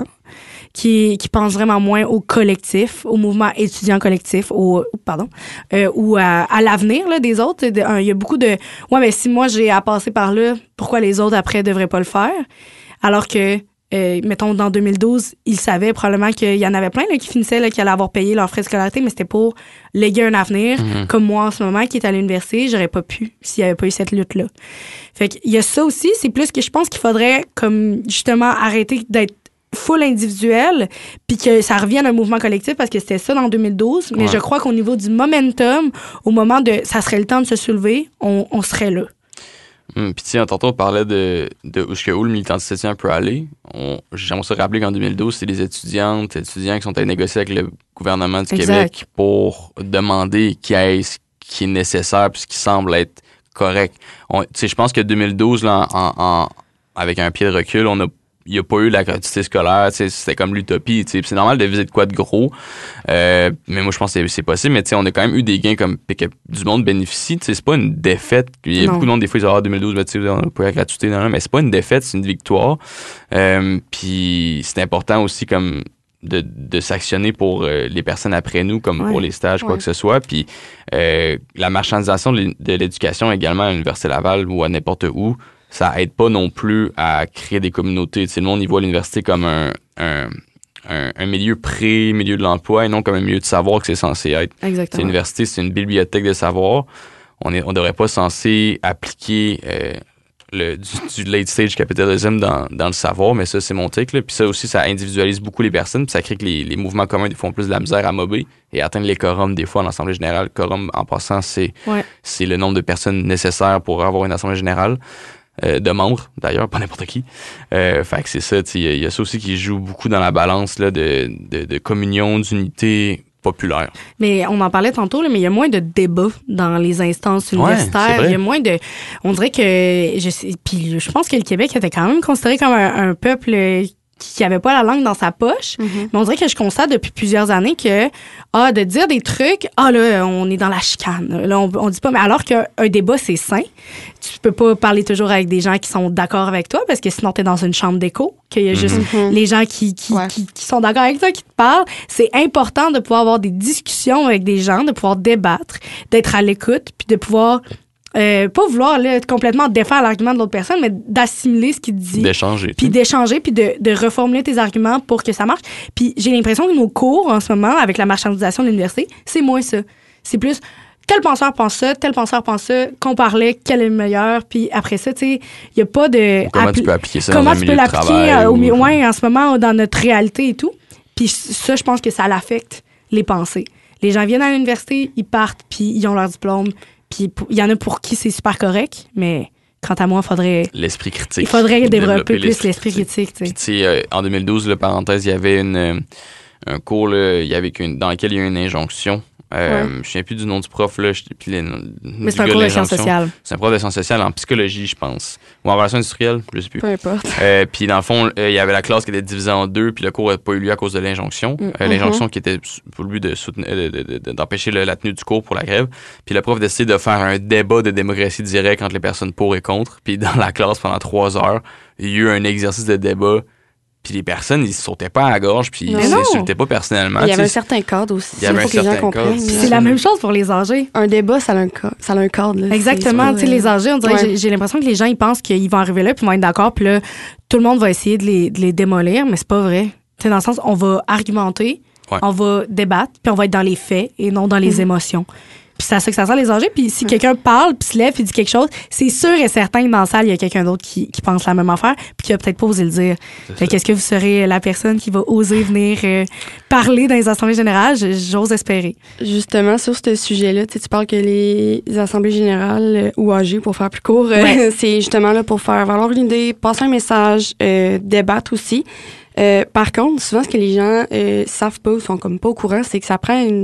Qui, qui pense vraiment moins au collectif, au mouvement étudiant collectif, au pardon, euh, ou à, à l'avenir là, des autres. Il y a beaucoup de ouais, mais si moi j'ai à passer par là, pourquoi les autres après devraient pas le faire? Alors que euh, mettons dans deux mille douze, ils savaient probablement qu'il y en avait plein là, qui finissaient là, qui allaient avoir payé leurs frais de scolarité, mais c'était pour léguer un avenir. Mm-hmm. Comme moi en ce moment qui est à l'université, j'aurais pas pu s'il y avait pas eu cette lutte là. Fait qu'il y a ça aussi. C'est plus que je pense qu'il faudrait comme justement arrêter d'être full individuel, puis que ça revienne à un mouvement collectif, parce que c'était ça dans deux mille douze, mais ouais. Je crois qu'au niveau du momentum, au moment de ça serait le temps de se soulever, on, on serait là. Hum, puis tiens, tantôt on parlait de, de où, où le militantisme étudiant peut aller. On, j'aimerais se rappeler qu'en deux mille douze, c'est les étudiantes, étudiants qui sont allés négocier avec le gouvernement du exact. Québec pour demander qu'est-ce qui est nécessaire puis ce qui semble être correct. Je pense que deux mille douze, là, en, en, avec un pied de recul, on a il n'y a pas eu la gratuité scolaire, c'était comme l'utopie. T'sais. C'est normal de viser de quoi de gros, euh, mais moi je pense que c'est, c'est possible. Mais on a quand même eu des gains comme que du monde bénéficie. C'est pas une défaite. Il y a non. beaucoup de monde, des fois, ils disent ah, deux mille douze, ben, on n'a pas eu la gratuité. Non, non, mais c'est pas une défaite, c'est une victoire. Euh, Puis c'est important aussi comme de, de s'actionner pour euh, les personnes après nous, comme ouais. pour les stages, ouais. quoi que ce soit. Puis euh, la marchandisation de l'éducation également à l'Université Laval ou à n'importe où, ça aide pas non plus à créer des communautés. T'sais, le monde, il voit l'université comme un, un, un, un milieu pré, milieu de l'emploi, et non comme un milieu de savoir que c'est censé être. Exactement. L'université, c'est une bibliothèque de savoir. On est, on devrait pas censé appliquer euh, le, du, du late stage capitalism dans, dans le savoir, mais ça, c'est mon take. Là. Puis ça aussi, ça individualise beaucoup les personnes, puis ça crée que les, les mouvements communs, des fois, ont plus de la misère à mober et atteindre les quorums, des fois, en assemblée générale. Quorum, en passant, c'est, ouais. c'est le nombre de personnes nécessaires pour avoir une assemblée générale. Euh, de membres, d'ailleurs, pas n'importe qui. Euh, fait que c'est ça, il y, y a ça aussi qui joue beaucoup dans la balance là, de, de, de communion, d'unité populaire. Mais on en parlait tantôt, là, mais il y a moins de débats dans les instances universitaires. Il y a moins de... On dirait que... Je sais, puis je pense que le Québec était quand même considéré comme un, un peuple qui avait pas la langue dans sa poche. Mm-hmm. Mais on dirait que je constate depuis plusieurs années que, ah, de dire des trucs, ah, là, on est dans la chicane. Là, on, on dit pas, mais alors qu'un un débat, c'est sain. Tu peux pas parler toujours avec des gens qui sont d'accord avec toi, parce que sinon, t'es dans une chambre d'écho, qu'il y a juste mm-hmm. les gens qui, qui, ouais. qui, qui sont d'accord avec toi, qui te parlent. C'est important de pouvoir avoir des discussions avec des gens, de pouvoir débattre, d'être à l'écoute, puis de pouvoir... Euh, pas vouloir là, complètement défaire l'argument de l'autre personne, mais d'assimiler ce qu'il dit. D'échanger. Puis d'échanger, puis de, de reformuler tes arguments pour que ça marche. Puis j'ai l'impression que nos cours, en ce moment, avec la marchandisation de l'université, c'est moins ça. C'est plus, tel penseur pense ça, tel penseur pense ça, qu'on parlait, quel est le meilleur, puis après ça, tu sais, il n'y a pas de... Ou comment appli- tu peux appliquer ça comment dans un milieu de travail. Comment tu peux l'appliquer ou... au moins en ce moment dans notre réalité et tout. Puis ça, je pense que ça l'affecte, les pensées. Les gens viennent à l'université, ils partent, puis ils ont leur diplôme. Puis il y en a pour qui c'est super correct, mais quant à moi, il faudrait... L'esprit critique. Il faudrait développer, développer plus l'esprit critique. Puis tu sais, euh, en deux mille douze, là, parenthèse, il y avait une, euh, un cours là, il y avait une, dans lequel il y a eu une injonction. Euh, ouais. Je ne me souviens plus du nom du prof. Là, je, puis les, mais c'est un cours de sciences sociales. C'est un prof de sciences sociales en psychologie, je pense. Ou en relations industrielles, je ne sais plus. Peu importe. Euh, puis dans le fond, il euh, y avait la classe qui était divisée en deux, puis le cours n'a pas eu lieu à cause de l'injonction. Mm-hmm. Euh, l'injonction qui était pour le but de soutenir, de, de, de, d'empêcher le, la tenue du cours pour la grève. Puis le prof décide de faire un débat de démocratie directe entre les personnes pour et contre. Puis dans la classe, pendant trois heures, il y a eu un exercice de débat. Puis les personnes, ils se sautaient pas à la gorge, puis ils s'insultaient pas personnellement. Il y avait un certain cadre aussi. Il y avait un certain cadre. C'est la même chose pour les âgés. Un débat, ça a un, ca- ça a un cadre. Là. Exactement. Tu sais, les âgés, on dirait ouais. que j'ai, j'ai l'impression que les gens, ils pensent qu'ils vont arriver là, puis ils vont être d'accord, puis là, tout le monde va essayer de les, de les démolir, mais c'est pas vrai. Tu sais, dans le sens, on va argumenter, ouais. on va débattre, puis on va être dans les faits et non dans les mmh. émotions. Puis c'est à ça que ça sert les âgés. Puis si mmh. quelqu'un parle, puis se lève, puis dit quelque chose, c'est sûr et certain que dans la salle, il y a quelqu'un d'autre qui, qui pense la même affaire, puis qui va peut-être pas osé le dire. Fait qu'est-ce que vous serez la personne qui va oser venir euh, parler dans les assemblées générales? J'ose espérer. Justement, sur ce sujet-là, tu parles que les assemblées générales euh, ou A G, pour faire plus court, euh, ouais. c'est justement là pour faire valoir une idée, passer un message, euh, débattre aussi. Euh, par contre, souvent, ce que les gens euh, savent pas ou sont comme pas au courant, c'est que ça prend une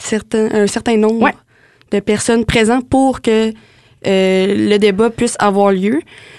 certain, un certain nombre ouais. de personnes présentes pour que euh, le débat puisse avoir lieu.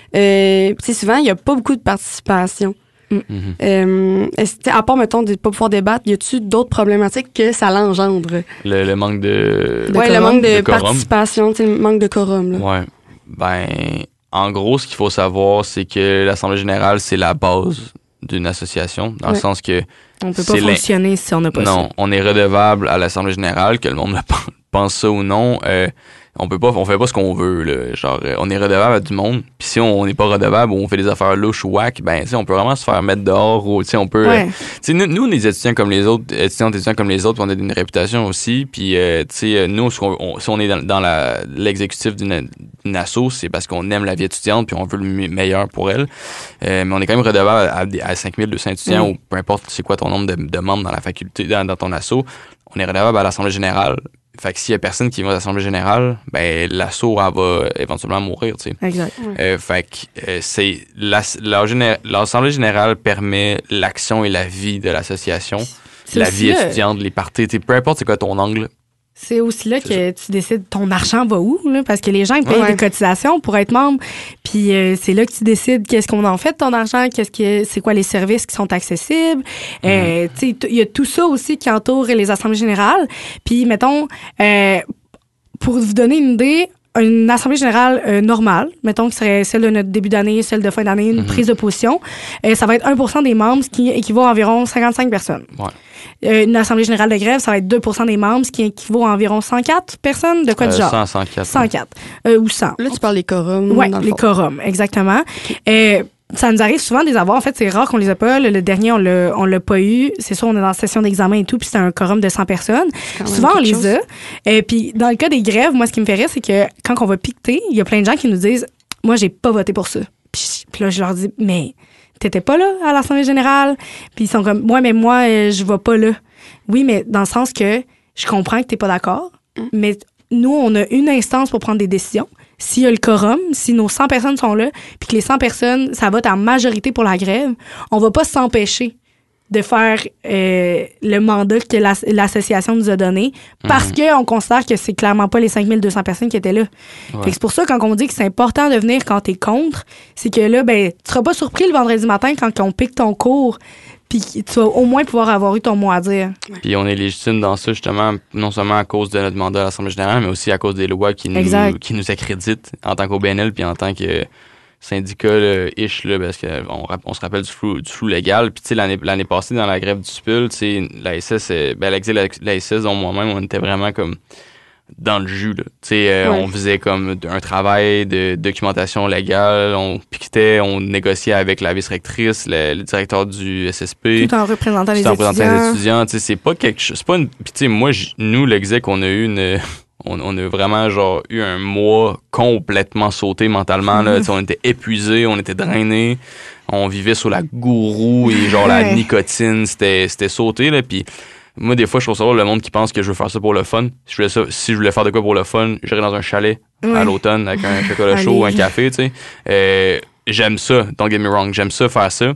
Euh, souvent, il n'y a pas beaucoup de participation. Mm. Mm-hmm. Euh, est-ce, à part, mettons, de ne pas pouvoir débattre, y a-t-il d'autres problématiques que ça l'engendre? Le, le manque de... Oui, le manque de, de participation, le manque de quorum. Oui. Ben, en gros, ce qu'il faut savoir, c'est que l'Assemblée générale, c'est la base d'une association, dans ouais. le sens que... On ne peut pas fonctionner si on n'a pas non, ça. Non, on est redevable à l'Assemblée générale, que le monde pense ça ou non. Euh, on peut pas, on fait pas ce qu'on veut, là. Genre, on est redevable à du monde. Puis si on n'est pas redevable ou on fait des affaires louches ou whack, ben, tu sais, on peut vraiment se faire mettre dehors ou, tu sais, on peut. Ouais. Euh, tu sais, nous, nous, on est étudiants comme les autres, étudiants, étudiants comme les autres, on a une réputation aussi. Puis, euh, tu sais, nous, si on, on, si on est dans, dans la, l'exécutif d'une, d'une asso, c'est parce qu'on aime la vie étudiante puis on veut le meilleur pour elle. Euh, mais on est quand même redevable à, à cinq mille deux cents étudiants mmh. ou peu importe c'est quoi ton nombre de, de membres dans la faculté, dans, dans ton asso. On est redevable à l'Assemblée générale. Fait que s'il y a personne qui va à l'Assemblée générale, ben l'asso elle va éventuellement mourir, tu sais. Exact. Euh, fait que euh, c'est la, la, la, l'Assemblée générale permet l'action et la vie de l'association, c'est la vie là. étudiante, les parties, peu importe c'est quoi ton angle. C'est aussi là c'est que ça. Tu décides ton argent va où, là, parce que les gens ils payent ouais. des cotisations pour être membre, puis euh, c'est là que tu décides qu'est-ce qu'on en fait de ton argent, qu'est-ce que c'est quoi les services qui sont accessibles. Mm-hmm. Euh, tu sais, il y a tout ça aussi qui entoure les assemblées générales. Puis mettons, euh, pour vous donner une idée, une assemblée générale euh, normale, mettons qui serait celle de notre début d'année, celle de fin d'année, une mm-hmm. prise de position, euh, ça va être un pour cent des membres, ce qui équivaut à environ cinquante-cinq personnes. Ouais. Euh, une assemblée générale de grève, ça va être deux pour cent des membres, ce qui équivaut à environ cent quatre personnes, de quoi euh, du genre? cent, cent quatre. cent quatre. Euh, ou cent. Là, tu parles des quorums. Oui, les quorums, exactement. Okay. Euh, ça nous arrive souvent de les avoir. En fait, c'est rare qu'on les a pas. Le, le dernier, on l'a, on l'a pas eu. C'est sûr, on est dans la session d'examen et tout, puis c'est un quorum de cent personnes. Souvent, on les chose. a. Et puis, dans le cas des grèves, moi, ce qui me fait rire, c'est que quand on va piqueter, il y a plein de gens qui nous disent « Moi, j'ai pas voté pour ça. » Puis, puis là, je leur dis « Mais t'étais pas là à l'Assemblée générale? » Puis ils sont comme « Ouais, mais moi, euh, je vais pas là. » Oui, mais dans le sens que je comprends que t'es pas d'accord, mm. mais nous, on a une instance pour prendre des décisions. S'il y a le quorum, si nos cent personnes sont là, puis que les cent personnes, ça vote en majorité pour la grève, on va pas s'empêcher de faire euh, le mandat que la, l'association nous a donné parce mm-hmm. qu'on considère que c'est clairement pas les cinq mille deux cents personnes qui étaient là. Ouais. Fait que c'est pour ça, quand on dit que c'est important de venir quand t'es contre, c'est que là, ben, tu seras pas surpris le vendredi matin quand on pique ton cours, puis tu vas au moins pouvoir avoir eu ton mot à dire. Puis on est légitime dans ça, justement, non seulement à cause de notre mandat à l'Assemblée générale, mais aussi à cause des lois qui nous, qui nous accréditent en tant qu'O B N L puis en tant que syndicat là, ish, là, parce qu'on on se rappelle du flou, du flou légal. Puis tu sais, l'année, l'année passée, dans la grève du S P U L, tu sais, la S S, ben, la, la, la S S, dont moi-même, on était vraiment comme dans le jus, là. Tu sais, euh, ouais. on faisait comme un travail de documentation légale, on piquetait, on négociait avec la vice-rectrice, le, le directeur du S S P. Tout en représentant les tout en étudiants. représentant les étudiants. Tu sais, c'est pas quelque chose, c'est pas une, puis tu sais, moi, j, nous, l'exec, on a eu une, on, on a vraiment, genre, eu un mois complètement sauté mentalement, là. Tu sais, on était épuisés, on était drainés, on vivait sur la gourou et genre la ouais. nicotine, c'était, c'était sauté, là, puis moi, des fois, je trouve ça le monde qui pense que je veux faire ça pour le fun. Si je voulais, ça, si je voulais faire de quoi pour le fun, j'irais dans un chalet oui. à l'automne avec un chocolat chaud, un café, tu sais. Euh, j'aime ça, don't get me wrong, j'aime ça faire ça.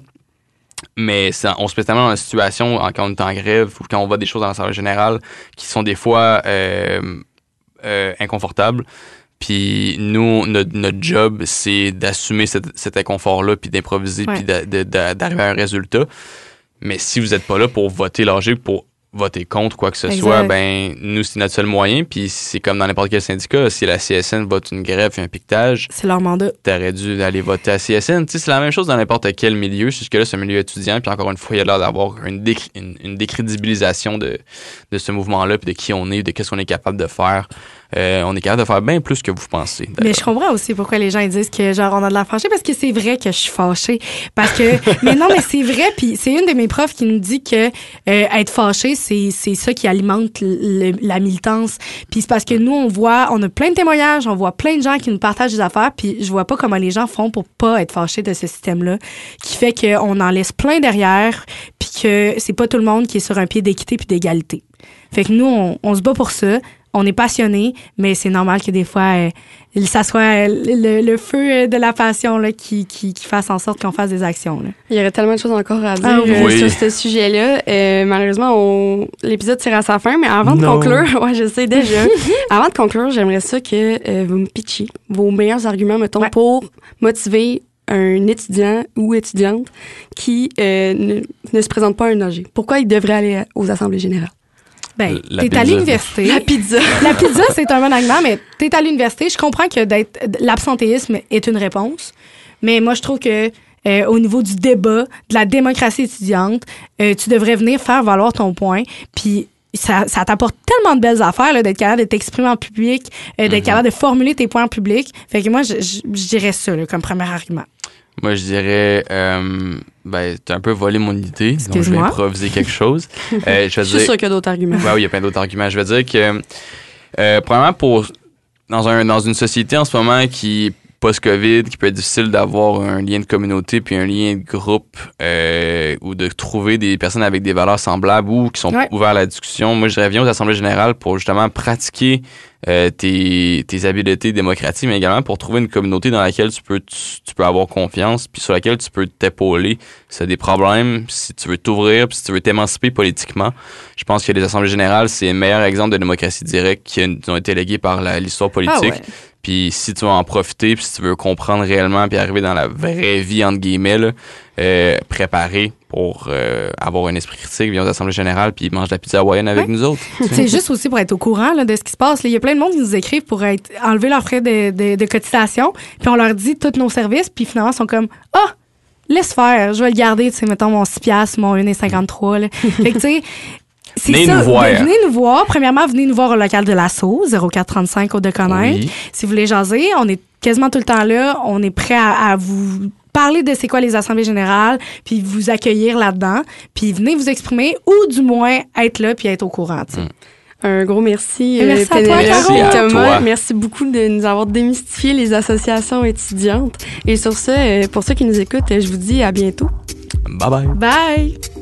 Mais c'est, on se met tellement dans une situation quand on est en grève ou quand on voit des choses dans l'Assemblée générale qui sont des fois euh, euh, inconfortables. Puis nous, notre, notre job, c'est d'assumer cet, cet inconfort-là, puis d'improviser, ouais. puis de, de, de, d'arriver à un résultat. Mais si vous n'êtes pas là pour voter logique, pour voter contre quoi que ce exact. soit, ben nous, c'est notre seul moyen. Puis c'est comme dans n'importe quel syndicat. Si la C S N vote une grève et un piquetage, c'est leur mandat. T'aurais dû aller voter à C S N. Tu sais, c'est la même chose dans n'importe quel milieu. Jusque là, c'est un milieu étudiant. Puis encore une fois, il y a l'air d'avoir une, décri- une, une décrédibilisation de, de ce mouvement-là, puis de qui on est, de qu'est-ce qu'on est capable de faire. Euh, on est capable de faire bien plus que vous pensez. D'ailleurs. Mais je comprends aussi pourquoi les gens ils disent que genre on a de la fâchée, parce que c'est vrai que je suis fâchée. Parce que mais non, mais c'est vrai. Puis c'est une de mes profs qui nous dit que euh, être fâché, c'est c'est ça qui alimente le, la militance. Puis c'est parce que nous on voit, on a plein de témoignages, on voit plein de gens qui nous partagent des affaires. Puis je vois pas comment les gens font pour pas être fâchés de ce système-là, qui fait qu'on en laisse plein derrière, puis que c'est pas tout le monde qui est sur un pied d'équité puis d'égalité. Fait que nous, on, on se bat pour ça. on est passionné, mais c'est normal que des fois, euh, ça soit le, le feu de la passion là, qui, qui, qui fasse en sorte qu'on fasse des actions. Là. Il y aurait tellement de choses encore à dire Ah, euh, oui. sur ce sujet-là. Euh, malheureusement, on... l'épisode tire à sa fin, mais avant de Non. conclure, ouais, je sais déjà. Avant de conclure, j'aimerais ça que euh, vous me pitchiez vos meilleurs arguments, mettons, Ouais. pour motiver un étudiant ou étudiante qui euh, ne, ne se présente pas à un A G. Pourquoi il devrait aller aux assemblées générales? Ben, La t'es à pizza. l'université. La pizza. La pizza, c'est un bon argument, mais t'es à l'université. Je comprends que d'être, l'absentéisme est une réponse, mais moi, je trouve que euh, au niveau du débat, de la démocratie étudiante, euh, tu devrais venir faire valoir ton point, puis ça, ça t'apporte tellement de belles affaires là, d'être capable de t'exprimer en public, euh, d'être Mm-hmm. capable de formuler tes points en public. Fait que moi, je, je, je dirais ça là, comme premier argument. Moi, je dirais, euh, ben, t'as un peu volé mon idée, donc je vais Excuse-moi. improviser quelque chose. Euh, je vais Je suis dire, sûre qu'il y a d'autres arguments. ouais, oui, il y a plein d'autres arguments. Je vais dire que, euh, premièrement, pour, dans, un, dans une société en ce moment qui post-Covid, qui peut être difficile d'avoir un lien de communauté puis un lien de groupe euh, ou de trouver des personnes avec des valeurs semblables ou qui sont Ouais. ouverts à la discussion. Moi, je reviens aux assemblées générales pour justement pratiquer euh, tes, tes habiletés démocratiques, mais également pour trouver une communauté dans laquelle tu peux, tu, tu peux avoir confiance puis sur laquelle tu peux t'épauler si tu as des problèmes, si tu veux t'ouvrir puis si tu veux t'émanciper politiquement. Je pense que les assemblées générales, c'est le meilleur exemple de démocratie directe qui ont été légués par la, l'histoire politique. Ah ouais. Puis si tu veux en profiter, puis si tu veux comprendre réellement, puis arriver dans la vraie vie, entre guillemets, là, euh, préparer pour euh, avoir un esprit critique, viens aux assemblées générales, puis mange de la pizza hawaïenne avec Ouais. nous autres. C'est juste aussi pour être au courant là, de ce qui se passe. là. Il y a plein de monde qui nous écrivent pour être, enlever leurs frais de, de, de cotisation, puis on leur dit tous nos services, puis finalement, ils sont comme « Ah, laisse faire, je vais le garder, tu sais, mettons mon six piastres, mon un virgule cinquante-trois. » Fait que, tu sais, c'est Venez ça. nous voir. Venez nous voir. Premièrement, venez nous voir au local de l'Asso, zéro quatre trente-cinq au Deconnaître. Oui. Si vous voulez jaser, on est quasiment tout le temps là. On est prêt à, à vous parler de c'est quoi les assemblées générales, puis vous accueillir là-dedans, puis venez vous exprimer ou du moins être là puis être au courant. tu sais. Mm. Un gros merci, Et merci à toi, Pénélope Caro. et Merci à Thomas. toi. Merci beaucoup de nous avoir démystifié les associations étudiantes. Et sur ce, euh, pour ceux qui nous écoutent, je vous dis à bientôt. Bye bye. Bye!